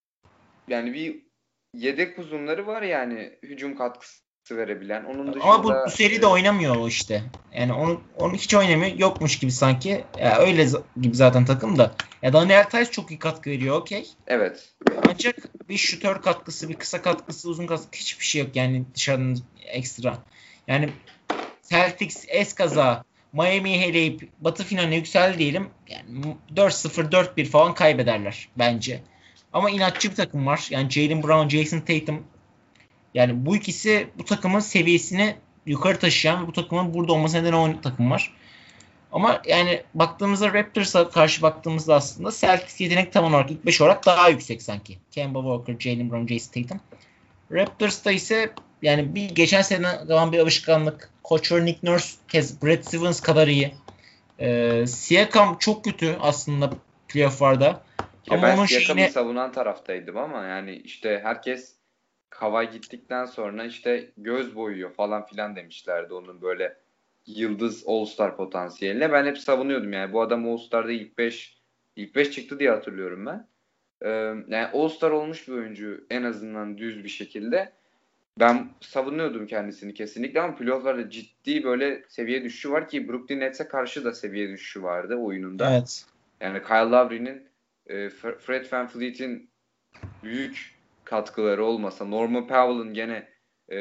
yani bir yedek uzunları var yani hücum katkısı verebilen. Onun Ama bu, bu dışında seride e, oynamıyor o işte. Yani onu, onu hiç oynamıyor. Yokmuş gibi sanki. Ya öyle z- gibi zaten takım da. Ya Daniel Theis çok iyi katkı veriyor. Okey. evet. Ancak bir şutör katkısı, bir kısa katkısı, uzun katkısı hiçbir şey yok yani dışarının ekstra. Yani Celtics eskaza Miami'yi heleyip Batı finaline yükseldi diyelim. Yani dört sıfır dört bir falan kaybederler bence. Ama inatçı bir takım var. Yani Jaylen Brown, Jason Tatum. Yani bu ikisi bu takımın seviyesini yukarı taşıyan, bu takımın burada olması neden olan takım var. Ama yani baktığımızda Raptors'a karşı baktığımızda aslında Celtics yetenek tavan olarak ilk beş olarak daha yüksek sanki. Kemba Walker, Jaylen Brown, Jason Tatum. Raptors'ta ise yani bir geçen sene kalan bir alışkanlık. Koç Nick Nurse kez Brad Stevens kadar iyi. Ee, Siakam çok kötü aslında playoff'larda. Ya Ama ben onun Siakam'ı şeyine savunan taraftaydım ama yani işte herkes Kawhi gittikten sonra işte göz boyuyor falan filan demişlerdi onun böyle yıldız All-Star potansiyeline. Ben hep savunuyordum yani bu adam All-Star'da ilk beş ilk beş çıktı diye hatırlıyorum ben. Ee, yani All-Star olmuş bir oyuncu en azından düz bir şekilde. Ben savunuyordum kendisini kesinlikle ama playoff'larda ciddi böyle seviye düşüşü var ki Brooklyn Nets'e karşı da seviye düşüşü vardı oyununda. evet. Yani Kyle Lowry'nin e, Fred VanVleet'in büyük katkıları olmasa, Norman Powell'ın gene e,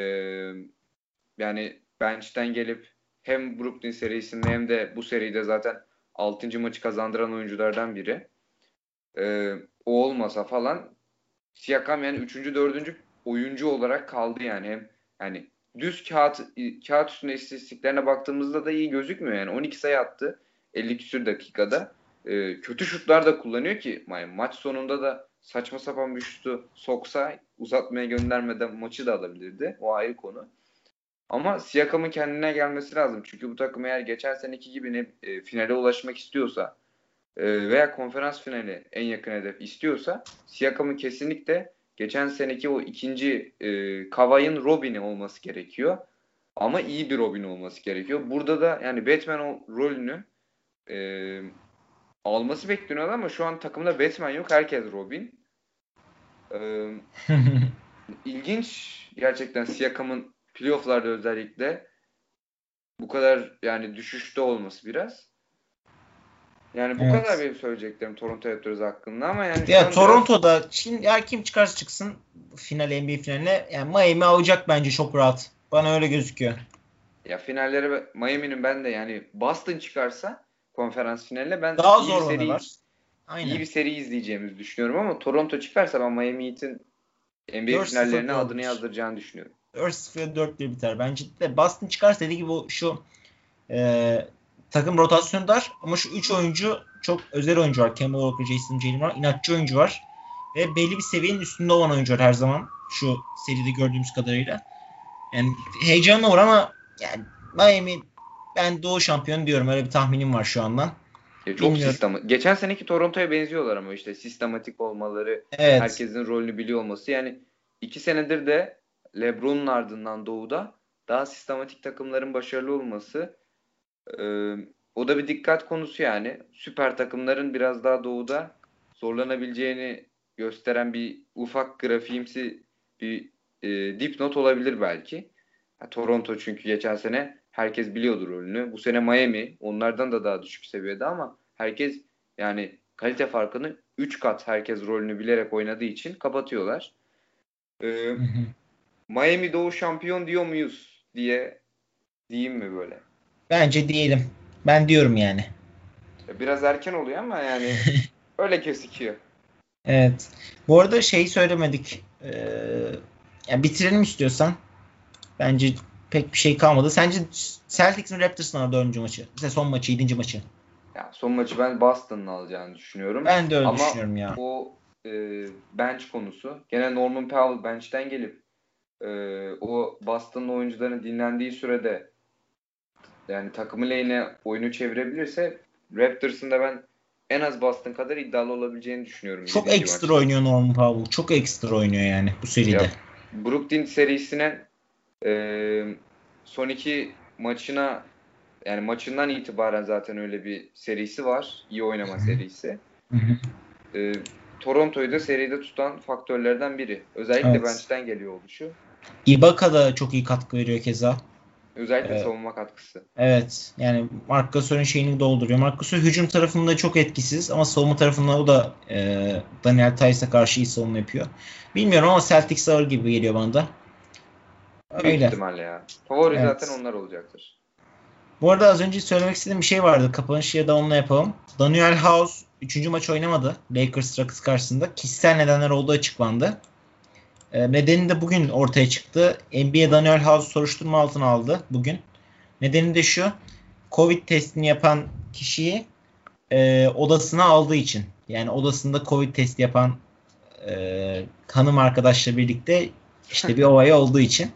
yani bench'ten gelip hem Brooklyn serisinde hem de bu seride zaten altıncı maçı kazandıran oyunculardan biri. E, o olmasa falan Siakam yani üçüncü dördüncü oyuncu olarak kaldı yani. Hem yani düz kağıt kağıt üstünde istatistiklerine baktığımızda da iyi gözükmüyor yani. on iki sayı attı elli küsür dakikada. E, kötü şutlar da kullanıyor ki yani maç sonunda da saçma sapan bir şutu soksa uzatmaya göndermeden maçı da alabilirdi. O ayrı konu. Ama Siakam'ın kendine gelmesi lazım. Çünkü bu takım eğer geçen seneki gibi ne, e, finale ulaşmak istiyorsa e, veya konferans finali en yakın hedef istiyorsa Siakam'ın kesinlikle geçen seneki o ikinci e, Kawhi'nin Robin'i olması gerekiyor. Ama iyi bir Robin olması gerekiyor. Burada da yani Batman o rolünü e, alması bekleniyor ama şu an takımda Batman yok. Herkes Robin. E, ilginç gerçekten Siakam'ın playoff'larda özellikle bu kadar yani düşüşte olması biraz. Yani bu kadar Evet. benim söyleyeceklerim Toronto Raptors hakkında ama yani şu Ya an biraz Toronto'da şimdi ya kim çıkarsa çıksın final N B A finaline yani Miami alacak bence çok rahat. Bana öyle gözüküyor. ya finallere Miami'nin ben de yani Boston çıkarsa konferans finaline ben Daha iyi bir seri zorlanırlar. iyi Aynen. bir seri izleyeceğimizi düşünüyorum ama Toronto çıkarsa ben Miami Heat'in N B A dört sıfır finallerine adını olabilir. yazdıracağını düşünüyorum. dört sıfır dört diye biter. Bence de Boston çıkarsa dediği gibi o- şu e, takım rotasyonu dar ama şu üç oyuncu çok özel oyuncu var. Kemba Walker, Jason Tatum var. İnatçı oyuncu var. Ve belli bir seviyenin üstünde olan oyuncular her zaman. Şu seride gördüğümüz kadarıyla. Yani heyecanlı olur ama yani Miami ben Doğu şampiyonu diyorum. Öyle bir tahminim var şu andan. Ya çok Bilmiyorum. sistematik. Geçen seneki Toronto'ya benziyorlar ama işte sistematik olmaları, Evet. herkesin rolünü biliyor olması. Yani iki senedir de LeBron'un ardından Doğu'da daha sistematik takımların başarılı olması Ee, o da bir dikkat konusu yani. Süper takımların biraz daha Doğu'da zorlanabileceğini gösteren bir ufak grafiğimsi bir e, dipnot olabilir belki. Ha, Toronto çünkü geçen sene herkes biliyordur rolünü. Bu sene Miami onlardan da daha düşük seviyede ama herkes yani kalite farkını üç kat herkes rolünü bilerek oynadığı için kapatıyorlar. Ee, Hı hı. Miami Doğu şampiyon diyor muyuz diye diyeyim mi böyle? Bence diyelim. Ben diyorum yani. Biraz erken oluyor ama yani öyle gözüküyor. Evet. Bu arada şeyi söylemedik. Ee, yani bitirelim istiyorsan. Bence pek bir şey kalmadı. Sence Celtics mi Raptors'ın alır dördüncü maçı? Mesela son maçı, yedinci maçı. Ya son maçı ben Boston'ın alacağını düşünüyorum. Ben de öyle Ama düşünüyorum ya. o e, bench konusu. Gene Norman Powell bench'ten gelip e, o Boston'ın oyuncuların dinlendiği sürede yani takımı lehine oyunu çevirebilirse Raptors'ın da ben en az Boston kadar iddialı olabileceğini düşünüyorum Çok yedinci ekstra maçta. oynuyor Norman Powell. Çok ekstra oynuyor yani bu seride. Ya Brooklyn serisine e, son iki maçına yani maçından itibaren zaten öyle bir serisi var. İyi oynama serisi. Hı hı. E, Toronto'yu da seride tutan faktörlerden biri. Özellikle Evet. bench'ten geliyor oluşu. Ibaka da çok iyi katkı veriyor keza. Özellikle Ee, savunma katkısı. evet. Yani Marc Gasol'ün şeyini dolduruyor. Marc Gasol hücum tarafında çok etkisiz ama savunma tarafında o da e, Daniel Tice'a karşı iyi savunma yapıyor. Bilmiyorum ama Celtics ağır gibi geliyor bana da. Büyük Öyle. ihtimalle ya. Favori zaten Evet. onlar olacaktır. Bu arada az önce söylemek istediğim bir şey vardı. Kapanışı ya da onunla yapalım. Daniel House üçüncü maç oynamadı. Lakers Rockets karşısında. Kişisel nedenler olduğu açıklandı. E, nedeni de bugün ortaya çıktı. N B A Daniel House soruşturma altına aldı bugün. Nedeni de şu. Covid testini yapan kişiyi e, odasına aldığı için. Yani odasında Covid testi yapan e, hanım arkadaşla birlikte işte bir olay olduğu için.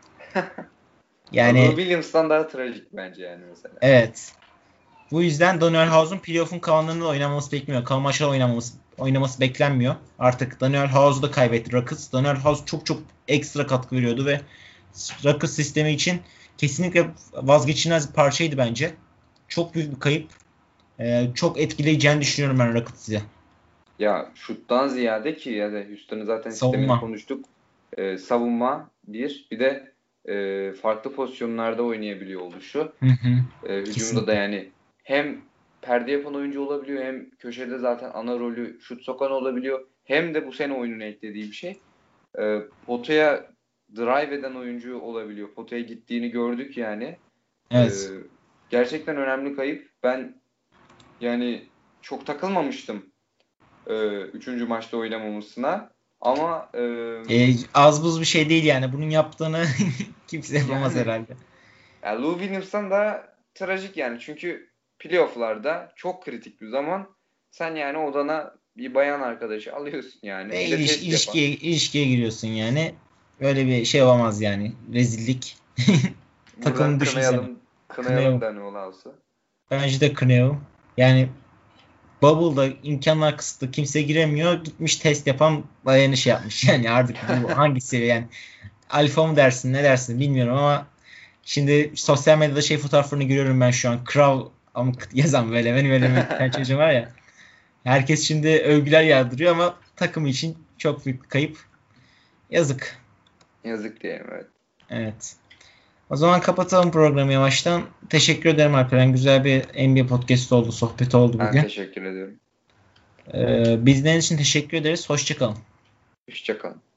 Lou Yani Williams'tan daha trajik bence yani mesela. evet. Bu yüzden Daniel House'un playoff'un kalanlarında oynaması bekleniyor. Kalan maçlarda oynaması, oynaması beklenmiyor. Artık Daniel House'u da kaybetti Rockets. Daniel House çok çok ekstra katkı veriyordu ve Rockets sistemi için kesinlikle vazgeçilmez bir parçaydı bence. Çok büyük bir kayıp. Ee, çok etkileyeceğini düşünüyorum ben Rockets'ı. Ya şuttan ziyade ki ya da Houston'ın zaten sistemini Savunma. konuştuk. Ee, savunma bir. Bir de e, farklı pozisyonlarda oynayabiliyor oluşu. Hı hı. E, hücumda da Kesinlikle. yani hem perde yapan oyuncu olabiliyor. Hem köşede zaten ana rolü şut sokan olabiliyor. Hem de bu sene oyununa eklediği bir şey. E, potaya drive eden oyuncu olabiliyor. Potaya gittiğini gördük yani. Evet. E, gerçekten önemli kayıp. Ben yani çok takılmamıştım e, üçüncü maçta oynamamasına. Ama e, E, az buz bir şey değil yani. Bunun yaptığını kimse yapamaz yani herhalde. ya Lou Williams'tan da trajik yani. Çünkü playoff'larda çok kritik bir zaman sen yani odana bir bayan arkadaşı alıyorsun yani. Ve Bir de iliş, test yapan. ilişkiye, ilişkiye giriyorsun yani. Böyle bir şey olamaz yani. Rezillik. Buradan Takımı düşünsene. kınayalım kınayalım Kınayalım. Dani Olausu. Bence de kınayalım. Yani Bubble'da imkanlar kısıtlı. Kimse giremiyor. Gitmiş test yapan bayanı şey yapmış. Yani artık bu hangi seviye yani. Alfa mı dersin ne dersin bilmiyorum ama şimdi sosyal medyada şey fotoğraflarını görüyorum ben şu an. Kral amık yazan böyle benim öyle bir tane çocuğum var ya. Herkes şimdi övgüler yağdırıyor ama takım için çok büyük bir kayıp. Yazık. Yazık diyelim, evet. Evet. O zaman kapatalım programı yavaştan. Teşekkür ederim Alperen. Güzel bir N B A podcast oldu, sohbet oldu Ben bugün. teşekkür ediyorum. Ee, bizden için teşekkür ederiz. Hoşça kalın. Hoşça kalın.